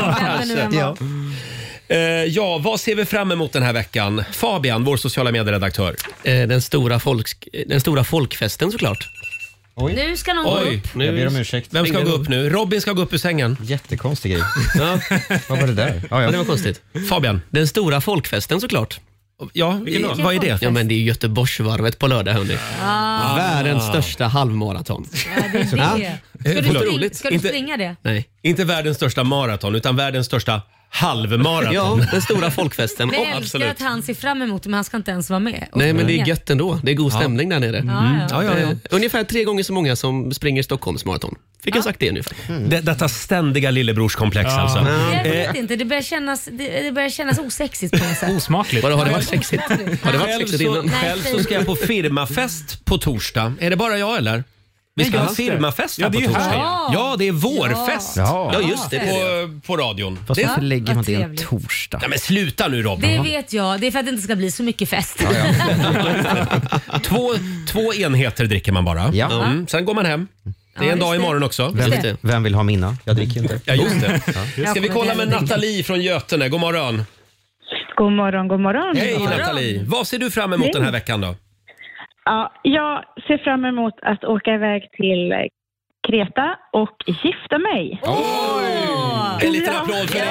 Vad ser vi fram emot den här veckan? Fabian, vår sociala medieredaktör. Den stora folkfesten såklart. Oj. Nu ska någon gå upp. Jag ber om ursäkt. Vem ska gå upp nu? Robin ska gå upp ur sängen. Jättekonstig grej. Vad var det där? Ja, det var konstigt. Fabian. Den stora folkfesten såklart. Ja, vad är det? Ja, men det är Göteborgsvarvet på lördag, hörni. Världens största halvmaraton. Ja, det är det. Ska du springa det? Nej. Inte världens största maraton, utan världens största halvmaraton. Ja, den stora folkfesten. Men jag älskar att han ser fram emot men han ska inte ens vara med. Nej, men det är gött ändå. Det är god stämning där nere. Ja. Ungefär 3 gånger så många som springer Stockholms maraton. Fick jag sagt det ungefär. Detta ständiga lillebrorskomplex alltså. Jag vet inte, det börjar kännas osexigt på något sätt. Osmakligt. Har det varit sexigt? Har det varit sexigt innan? Själv så ska jag på firmafest på torsdag. Är det bara jag eller? Vi ska ha firmafest här på torsdag. Ja, det är vårfest. Ja, just det. På radion. Fast varför lägger man det en torsdag? Nej, men sluta nu Robin. Det vet jag. Det är för att det inte ska bli så mycket fest. Två enheter dricker man bara. Sen går man hem. Det är en dag imorgon också. Vem vill ha mina? Jag dricker inte. Ja, just det. Ska vi kolla med Nathalie från Götene? God morgon. God morgon, god morgon. Hej Nathalie. Vad ser du fram emot den här veckan då? Ja, jag ser fram emot att åka iväg till Kreta och gifta mig. En liten applåd för det.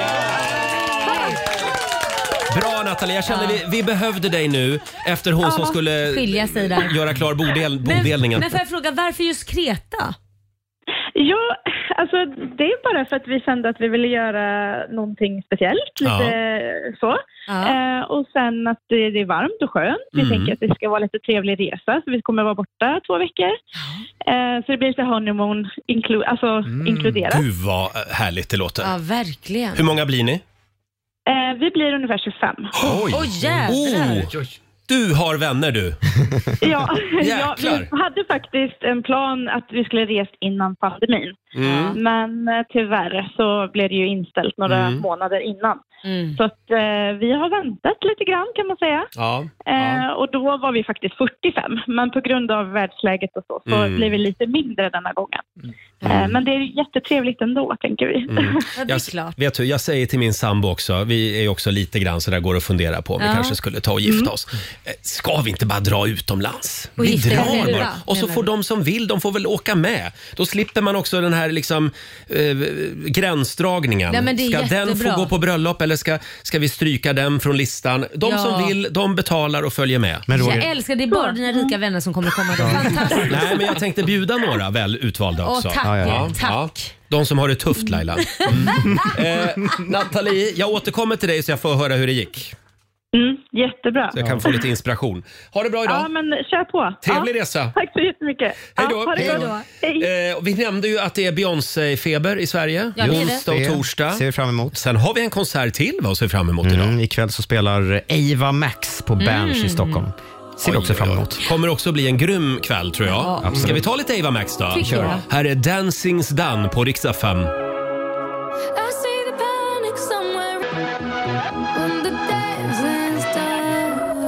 Bra Nathalie, jag kände vi behövde dig nu efter hon som skulle skilja sig där. Göra klar bodelningen. Men får jag fråga, varför just Kreta? Ja, alltså det är bara för att vi kände att vi ville göra någonting speciellt, lite så. Och sen att det är varmt och skönt. Vi tänker att det ska vara lite trevlig resa, så vi kommer vara borta 2 veckor. Så det blir lite honeymoon inkluderat. Gud vad härligt det låter. Ja, verkligen. Hur många blir ni? Vi blir ungefär 25. Oj, jävlar. Du har vänner du. Ja, vi hade faktiskt en plan att vi skulle resa innan pandemin. Men tyvärr så blev det ju inställt några månader innan. Så att vi har väntat lite grann kan man säga. Och då var vi faktiskt 45. Men på grund av världsläget och så blev vi lite mindre denna gången. Men det är jättetrevligt ändå, tänker vi. Det är klart. Vet du, jag säger till min sambo också, vi är också lite grann så där går att fundera på om vi kanske skulle ta och gifta oss. Ska vi inte bara dra utomlands? Och vi drar bara. Och så får de som vill, de får väl åka med. Då slipper man också den här liksom gränsdragningen. Nej, men det är ska jättebra. den få gå på bröllop eller ska vi stryka den från listan? De som vill, de betalar och följer med. Men jag älskar, det är bara dina rika vänner som kommer komma. Fantastiskt. Nej, men jag tänkte bjuda några väl utvalda också. Tack. De som har det tufft, Laila. Nathalie, jag återkommer till dig så jag får höra hur det gick. Jättebra. Så jag kan få lite inspiration. Ha det bra idag. Ja, men kör på. Trevlig resa. Tack så jättemycket. Hej då. Ha det bra. Hej. Vi nämnde ju att det är Beyoncé-feber i Sverige. Ja, onsdag och torsdag. Ser vi fram emot. Sen har vi en konsert till vad ser vi fram emot idag. Ikväll så spelar Ava Max på Berns i Stockholm. Ser vi också fram emot. Kommer också bli en grym kväll tror jag. Ska vi ta lite Ava Max då? Här är Dancing's Done på Rix FM.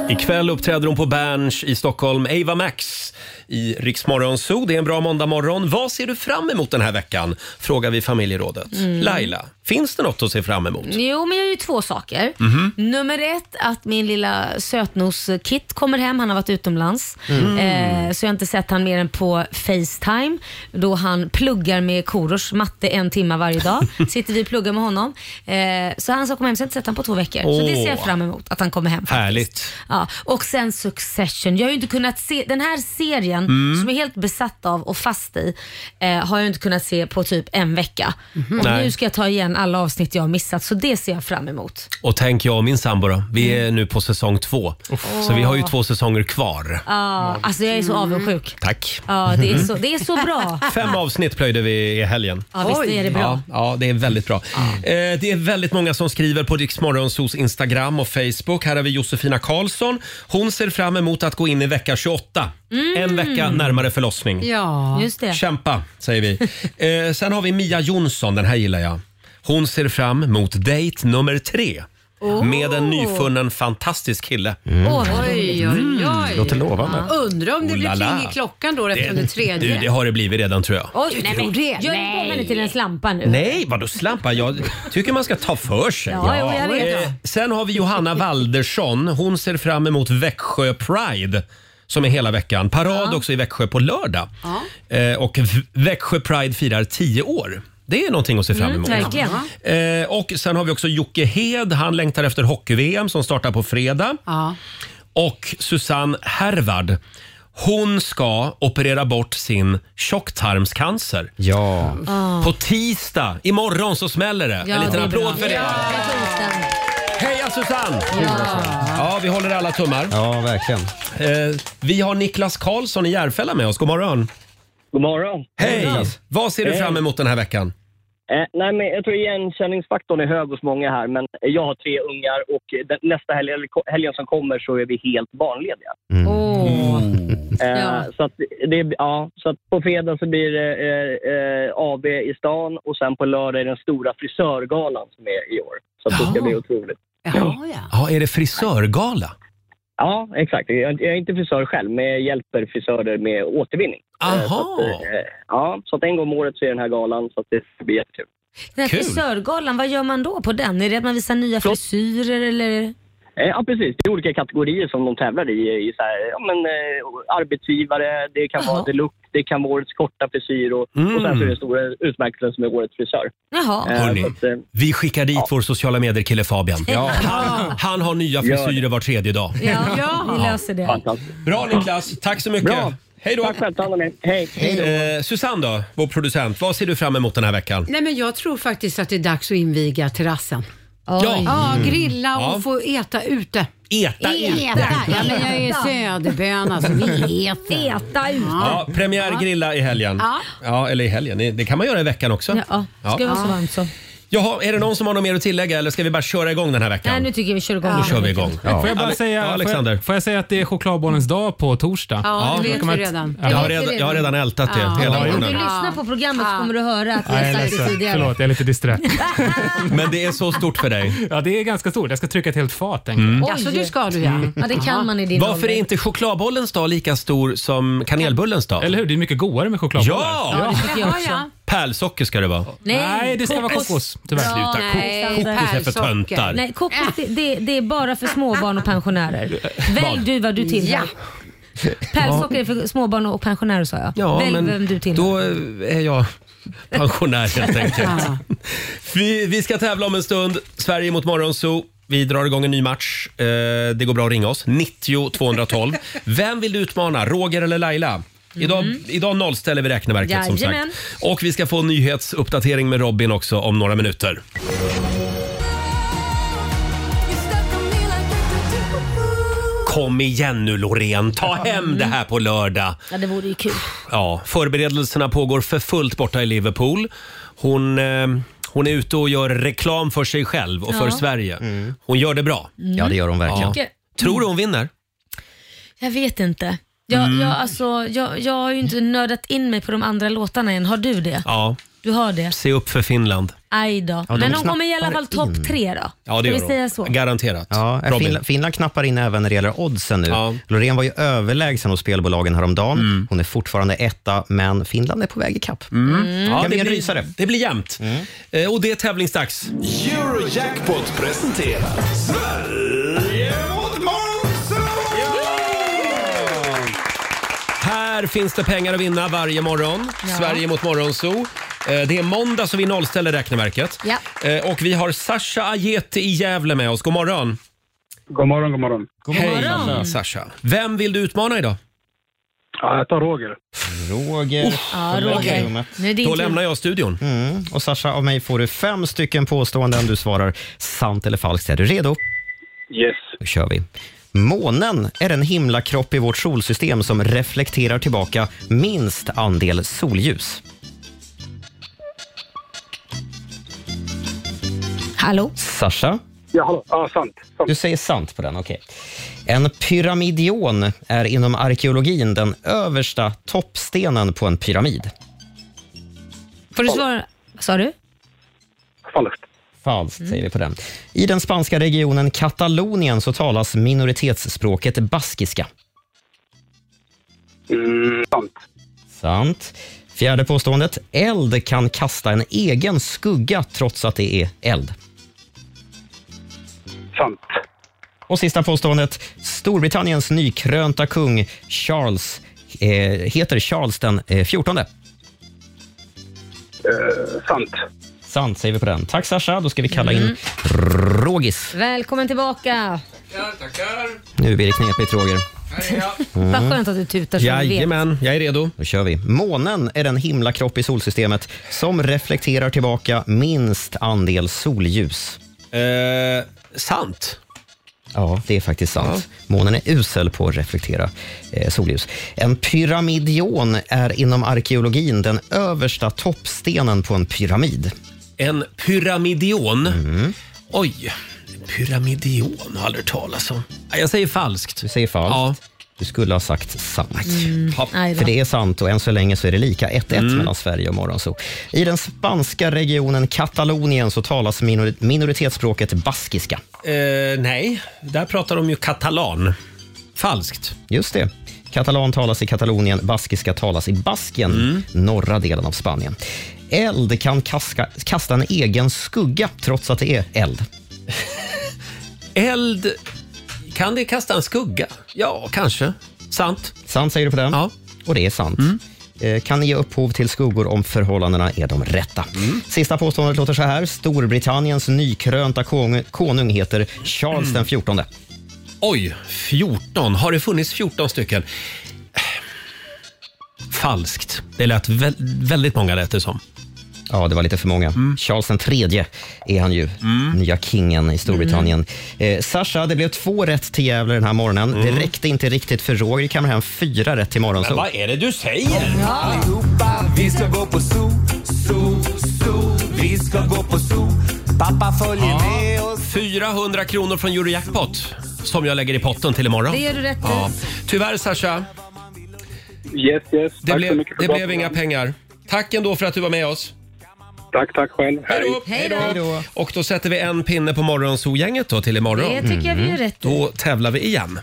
Ikväll uppträder hon på Berns i Stockholm. Ava Max i Rix Morgon Zoo. Det är en bra måndagmorgon. Vad ser du fram emot den här veckan? Frågar vi familjerådet. Laila, finns det något att se fram emot? Jo, men jag gör ju 2 saker. Nummer 1, att min lilla sötnos Kit kommer hem. Han har varit utomlands. Så jag har inte sett han mer än på FaceTime. Då han pluggar med Korosh matte 1 timme varje dag. Sitter vi och pluggar med honom. Så han ska komma hem, så jag har inte sett han på 2 veckor. Så det ser jag fram emot, att han kommer hem faktiskt. Härligt. Ja. Och sen Succession. Jag har ju inte kunnat se den här serien som jag är helt besatt av och fast i. Har jag inte kunnat se på typ 1 vecka. Och nu ska jag ta igen alla avsnitt jag har missat. Så det ser jag fram emot. Och tänk jag och min sambo då. Vi är nu på säsong 2. Så vi har ju 2 säsonger kvar. Ja, alltså jag är så avundsjuk. Tack. Ja, det är så bra. 5 avsnitt plöjde vi i helgen. Ja, visst är det bra. Ja, det är väldigt bra. Det är väldigt många som skriver på Rix Morgonzoos Instagram och Facebook. Här har vi Josefina Karlsson. Hon ser fram emot att gå in i vecka 28. En vecka närmare förlossning. Ja, just det. Kämpa, säger vi. Sen har vi Mia Jonsson, den här gillar jag. Hon ser fram emot date nummer 3. Med en nyfunnen fantastisk kille. Oj. Låter lovande. Undrar om det blir pling i klockan då efter den 3:e. Det har det blivit redan, tror jag. Oj, nej, men gör inte på henne till en slampa nu. Nej, vadå slampa? Jag tycker man ska ta för sig. Ja, jag vet. Sen har vi Johanna Waldersson. Hon ser fram emot Växjö Pride, som är hela veckan. Parad också i Växjö på lördag. Och Växjö Pride firar 10 år. Det är någonting att se fram emot. Och sen har vi också Jocke Hed. Han längtar efter hockey-VM som startar på fredag. Och Susanne Hervard. Hon ska operera bort sin tjocktarmscancer. Ja. På tisdag. Imorgon så smäller det. En liten applåd för det. Heja Susanne! Ja, vi håller alla tummar. Ja, verkligen. Vi har Niklas Karlsson i Järfälla med oss. God morgon. God morgon. Hej! Vad ser du fram emot den här veckan? Nej, men jag tror igenkänningsfaktorn är hög hos många här, men jag har 3 ungar och nästa helgen som kommer så är vi helt barnlediga. Så att på fredag så blir det AB i stan och sen på lördag är den stora frisörgalan som är i år. Så att det ska bli otroligt. Ja, är det frisörgala? Ja, exakt. Jag är inte frisör själv, men jag hjälper frisörer med återvinning. Så att en gång om året så är den här galan, så att det blir jättekul. Den här frisörgalan, vad gör man då på den? Är det att man visar nya frisyrer eller? Ja, precis. Det är olika kategorier som de tävlar i så här, arbetsgivare, det kan vara deluxe, det kan vara årets korta frisyr och sen så är det den stora utmärkelsen som är årets frisör. Hörrni, vi skickar dit vår sociala medier-kille Fabian. Han har nya frisyrer var 3:e dag. Vi löser det. Bra Niklas, tack så mycket. Bra. Hej då. Tack själv, hej. Susanne då, vår producent, vad ser du fram emot den här veckan? Nej, men jag tror faktiskt att det är dags att inviga terrassen. Grilla och få äta ute. Äta ute? Ja, men jag är söderböna så vi äta ute. Ja, premiärgrilla i helgen. Ja, eller i helgen. Det kan man göra i veckan också. Ska vara så varmt så. Jaha, är det någon som har något mer att tillägga eller ska vi bara köra igång den här veckan? Nej, nu tycker jag vi kör igång. Nu kör vi igång. Får jag bara säga, Alexander. får jag säga att det är chokladbollens dag på torsdag? Ja, det vet vi redan. Jag har redan ältat det hela Om du morgonen. lyssnar på programmet så kommer du höra att vi har sagt det tidigare. Förlåt, jag är lite disträ. Men det är så stort för dig. Ja, det är ganska stort. Jag ska trycka ett helt fat. Alltså, det ska du Ja, det kan man i din Varför är inte chokladbollens dag lika stor som kanelbullens dag? Eller hur? Det är mycket godare med chokladbollar. Ja, det tycker jag också. Pärlsocker ska det vara. Nej, det ska vara kokos. Tyvärr. Sluta. Kokos är för töntar. Nej, kokos det är bara för småbarn och pensionärer. Välj du vad du tillhör. Pärlsocker är för småbarn och pensionärer, sa jag. Ja, välj men vem du tillhör. Då är jag pensionär helt enkelt. Vi ska tävla om en stund. Sverige mot Morgonzoo. Vi drar igång en ny match. Det går bra att ringa oss. 90 212. Vem vill du utmana? Roger eller Laila? Idag nollställer vi räkneverket som sagt. Och vi ska få en nyhetsuppdatering med Robin också om några minuter. Kom igen nu Loreen, ta hem det här på lördag. Ja, det vore ju kul. Ja, förberedelserna pågår för fullt borta i Liverpool. Hon är ute och gör reklam för sig själv och för Sverige. Hon gör det bra. Ja, det gör hon verkligen. Ja. Tror du hon vinner? Jag vet inte. Jag har ju inte nördat in mig på de andra låtarna än. Har du det? Ja. Du har det. Se upp för Finland. Aj då. Ja, men de kommer i alla fall topp 3 då. Ja, det gör de. Så? Garanterat. Ja, Finland knappar in även när det gäller oddsen nu. Ja. Loreen var ju överlägsen hos spelbolagen häromdagen. Hon är fortfarande etta, men Finland är på väg i kapp. Ja, det blir jämnt. Och det är tävlingsdags. Eurojackpot presenterar Sverige mot Här finns det pengar att vinna varje morgon. Ja. Sverige mot Morgonzoo. Det är måndag så vi nollställer räkneverket. Ja. Och vi har Sasha Ajeti i Gävle med oss. God morgon. God morgon, god morgon. Hej Sasha. Vem vill du utmana idag? Ja, jag tar Roger. Roger. Ja, Roger. Nu är det Då lämnar jag studion. Och Sasha, av mig får du 5 stycken påståenden. Du svarar sant eller falskt. Är du redo? Yes. Då kör vi. Månen är en himlakropp i vårt solsystem som reflekterar tillbaka minst andel solljus. Hallå? Sasha? Ja, hallå. Ja, sant. Du säger sant på den, okej. En pyramidion är inom arkeologin den översta toppstenen på en pyramid. Får du svara? Sa du? Falskt. Falskt säger vi på den. I den spanska regionen Katalonien så talas minoritetsspråket baskiska. Sant. Sant. Fjärde påståendet. Eld kan kasta en egen skugga trots att det är eld. Sant. Och sista påståendet. Storbritanniens nykrönta kung Charles heter Charles den 14. Sant. Sant säger vi på den. Tack Sasha, då ska vi kalla in Rogis. Välkommen tillbaka. Tackar. Nu blir det knepigt, Roger. Vad skönt att du tutar så Jajamän, jag är redo. Då kör vi. Månen är den himlakropp i solsystemet som reflekterar tillbaka minst andel solljus. Sant. Ja, det är faktiskt sant. Månen är usel på att reflektera solljus. En pyramidion är inom arkeologin den översta toppstenen på en pyramid. En pyramidion? Oj, pyramidion har aldrig talas om. Jag säger falskt. Du säger falskt? Ja. Du skulle ha sagt sant. För det är sant och än så länge så är det lika 1-1 mellan Sverige och Morgonzoo. I den spanska regionen Katalonien så talas minoritetsspråket baskiska. Nej, där pratar de ju katalan. Falskt. Just det. Katalan talas i Katalonien, baskiska talas i Baskien, norra delen av Spanien. Eld kan kasta en egen skugga trots att det är eld. Eld... Kan det kasta en skugga? Ja, kanske. Sant. Sant säger du på den? Ja. Och det är sant. Kan ge upphov till skuggor om förhållandena är de rätta. Sista påståendet låter så här. Storbritanniens nykrönta konung heter Charles den 14. Oj, 14. Har det funnits 14 stycken? Falskt. Det lät väldigt många rätt det som. Ja, det var lite för många. Charles den tredje är han ju. Nya kingen i Storbritannien. Sasha, det blev 2 rätt till Gävle den här morgonen. Det räckte inte riktigt för Roger. Det kan hem 4 rätt till Morgonzoo. Men vad är det du säger? Allihopa, vi ska gå på zoo. Vi ska gå på zoo. Pappa följer med oss. 400 kronor från Eurojackpot som jag lägger i potten till imorgon. Det gör du rätt. Tyvärr Sasha. Yes. Det blev inga pengar. Tack ändå för att du var med oss. Tack själv. Hej då. Och då sätter vi en pinne på Morgonzoo-gänget då till imorgon. Det tycker jag vi gör rätt. Då tävlar vi igen.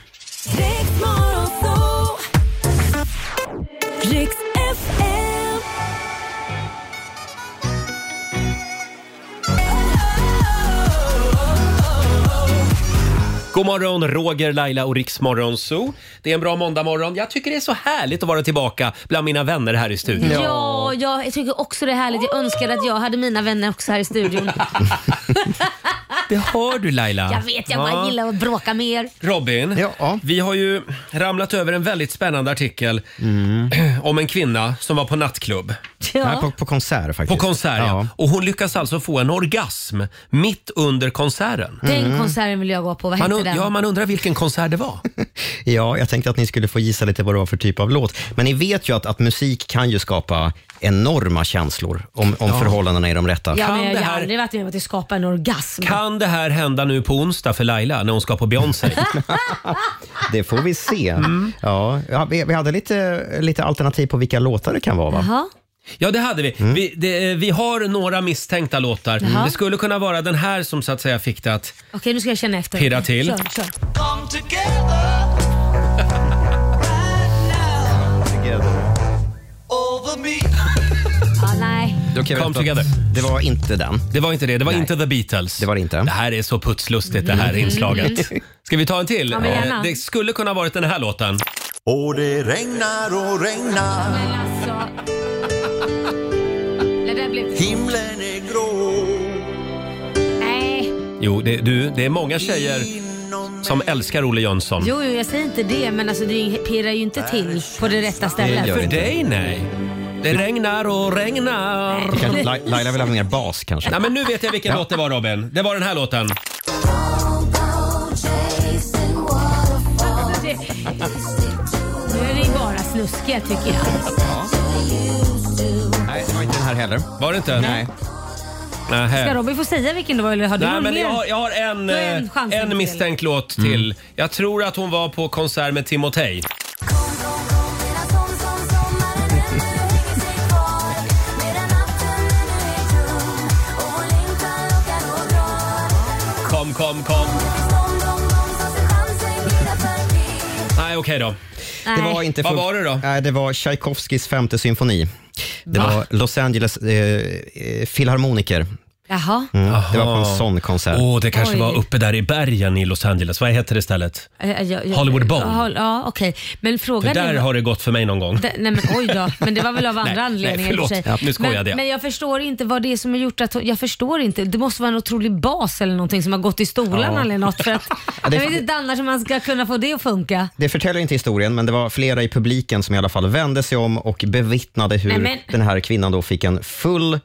God morgon, Roger, Laila och Riks Morgonzoo. Det är en bra måndagmorgon. Jag tycker det är så härligt att vara tillbaka bland mina vänner här i studion. Ja, jag tycker också det är härligt. Jag önskar att jag hade mina vänner också här i studion. Det har du, Laila. Jag vet, jag bara gillar att bråka mer. Robin, vi har ju ramlat över en väldigt spännande artikel om en kvinna som var på nattklubb. Nej, på konsert faktiskt. På konsert, ja. Och hon lyckas alltså få en orgasm mitt under konserten. Den konserten vill jag gå på. Vad hette den? Ja, man undrar vilken konsert det var. Ja, jag tänkte att ni skulle få gissa lite vad det var för typ av låt. Men ni vet ju att musik kan ju skapa enorma känslor om förhållandena är de rätta. Ja, men jag har aldrig varit med om att det skapar en orgasm. Kan det här hända nu på onsdag för Laila när hon ska på Beyoncé? Det får vi se. Ja, vi hade lite alternativ på vilka låtar det kan vara, va? Aha. Ja, det hade vi. Vi har några misstänkta låtar. Det skulle kunna vara den här som så att säga fick det att Okej, nu ska jag känna efter. pirra till. Kör. Come together over me. Nej. Come together. Det var inte den. Det var inte det. Det var inte The Beatles. Det var det inte. Det här är så putslustigt det här inslaget. Ska vi ta en till? Ja, men gärna. Det skulle kunna varit den här låten. Och det regnar och regnar. Men alltså... Det där blev... Himlen är grå. Nej. Jo, det är många tjejer som älskar Olle Jönsson. Jo, jag säger inte det, men alltså det pirrar ju inte till på det rätta stället. För dig, nej. Det regnar och regnar. Laila vill ha mer bas kanske. Nej, men nu vet jag vilken låt det var, Robin. Det var den här låten. Nu är det ju bara snuskiga tycker jag. Nej, det var inte den här heller. Var det inte? Nej. Ska Robin få säga vilken det var? Eller har du Nej, någon men mer? jag har en misstänkt låt till. Jag tror att hon var på konsert med Timotej. Kom. Nej, okej då. Det var inte Vad var det då? Det var Tchaikovskys 5:e symfoni. Det var Los Angeles filharmoniker. Jaha. Det var på en sån konsert. Det kanske var uppe där i bergen i Los Angeles. Vad heter det stället? Hollywood Bowl. Ja, okej. Men frågan där har det gått för mig någon gång. Nej men oj då. Men det var väl av andra anledningar. Förlåt. Ja, nu skojade jag. Men jag förstår inte vad det är som har gjort att... Jag förstår inte. Det måste vara en otrolig bas eller någonting som har gått i stolarna eller något. För att, jag vet inte annars om man ska kunna få det att funka. Det förtäljer inte historien, men det var flera i publiken som i alla fall vände sig om och bevittnade hur den här kvinnan då fick en full...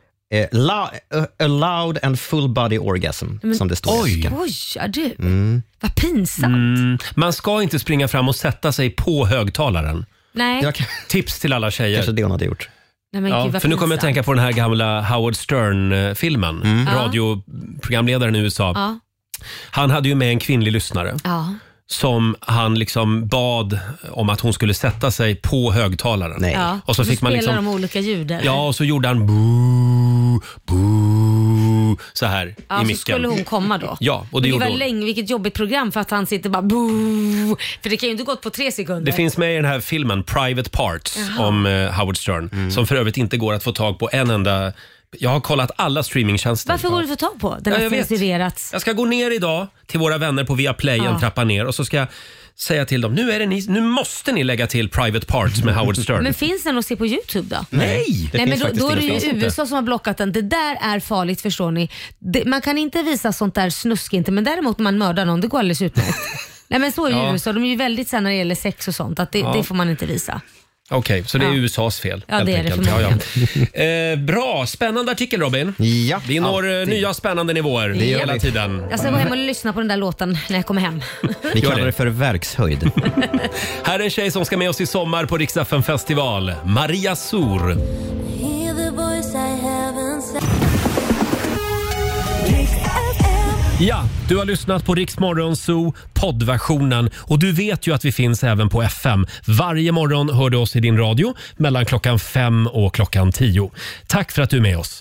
a loud and full body orgasm, som det står. Oj, ja, du. Vad pinsamt. Man ska inte springa fram och sätta sig på högtalaren. Nej. Tips till alla tjejer. Kanske det hon hade gjort. Nej, men gud, för nu kommer jag att tänka på den här gamla Howard Stern-filmen. Radioprogramledaren i USA. Ja. Han hade ju med en kvinnlig lyssnare. Ja. Som han liksom bad om att hon skulle sätta sig på högtalaren. Nej. Ja. Och så fick man liksom... de olika ljud. Ja, och så gjorde han boo, boo, så här i micken. Så skulle hon komma då. Ja, och det var gjorde länge, vilket jobbigt program för att han sitter bara boo. För det kan ju inte gått på 3 sekunder. Det finns med i den här filmen Private Parts om Howard Stern. Som för övrigt inte går att få tag på en enda... Jag har kollat alla streamingtjänster. Varför går du att få tag på? Den har censurerats. Jag ska gå ner idag till våra vänner på Viaplay, en trappa ner, och så ska jag säga till dem, nu måste ni lägga till Private Parts med Howard Stern. Men finns den att se på YouTube då? Nej! Men då är det ju USA som har blockat den. Det där är farligt, förstår ni. Man kan inte visa sånt där snusk inte, men däremot man mördar någon, det går alldeles utmärkt. Nej men så är ju USA, de är ju väldigt sen när det gäller sex och sånt, att det får man inte visa. Okej, så det är USAs fel. Ja, det är det förmodligen. Bra, spännande artikel Robin. Ja, vi når nya spännande nivåer hela tiden. Jag ska gå hem och lyssna på den där låten när jag kommer hem. Vi kallar det för verkshöjd. Här är en tjej som ska med oss i sommar på Rix FM festival. Maria Sur. Ja, du har lyssnat på Rix Morgon Zoo poddversionen och du vet ju att vi finns även på FM. Varje morgon hör du oss i din radio mellan klockan 5 och klockan 10. Tack för att du är med oss.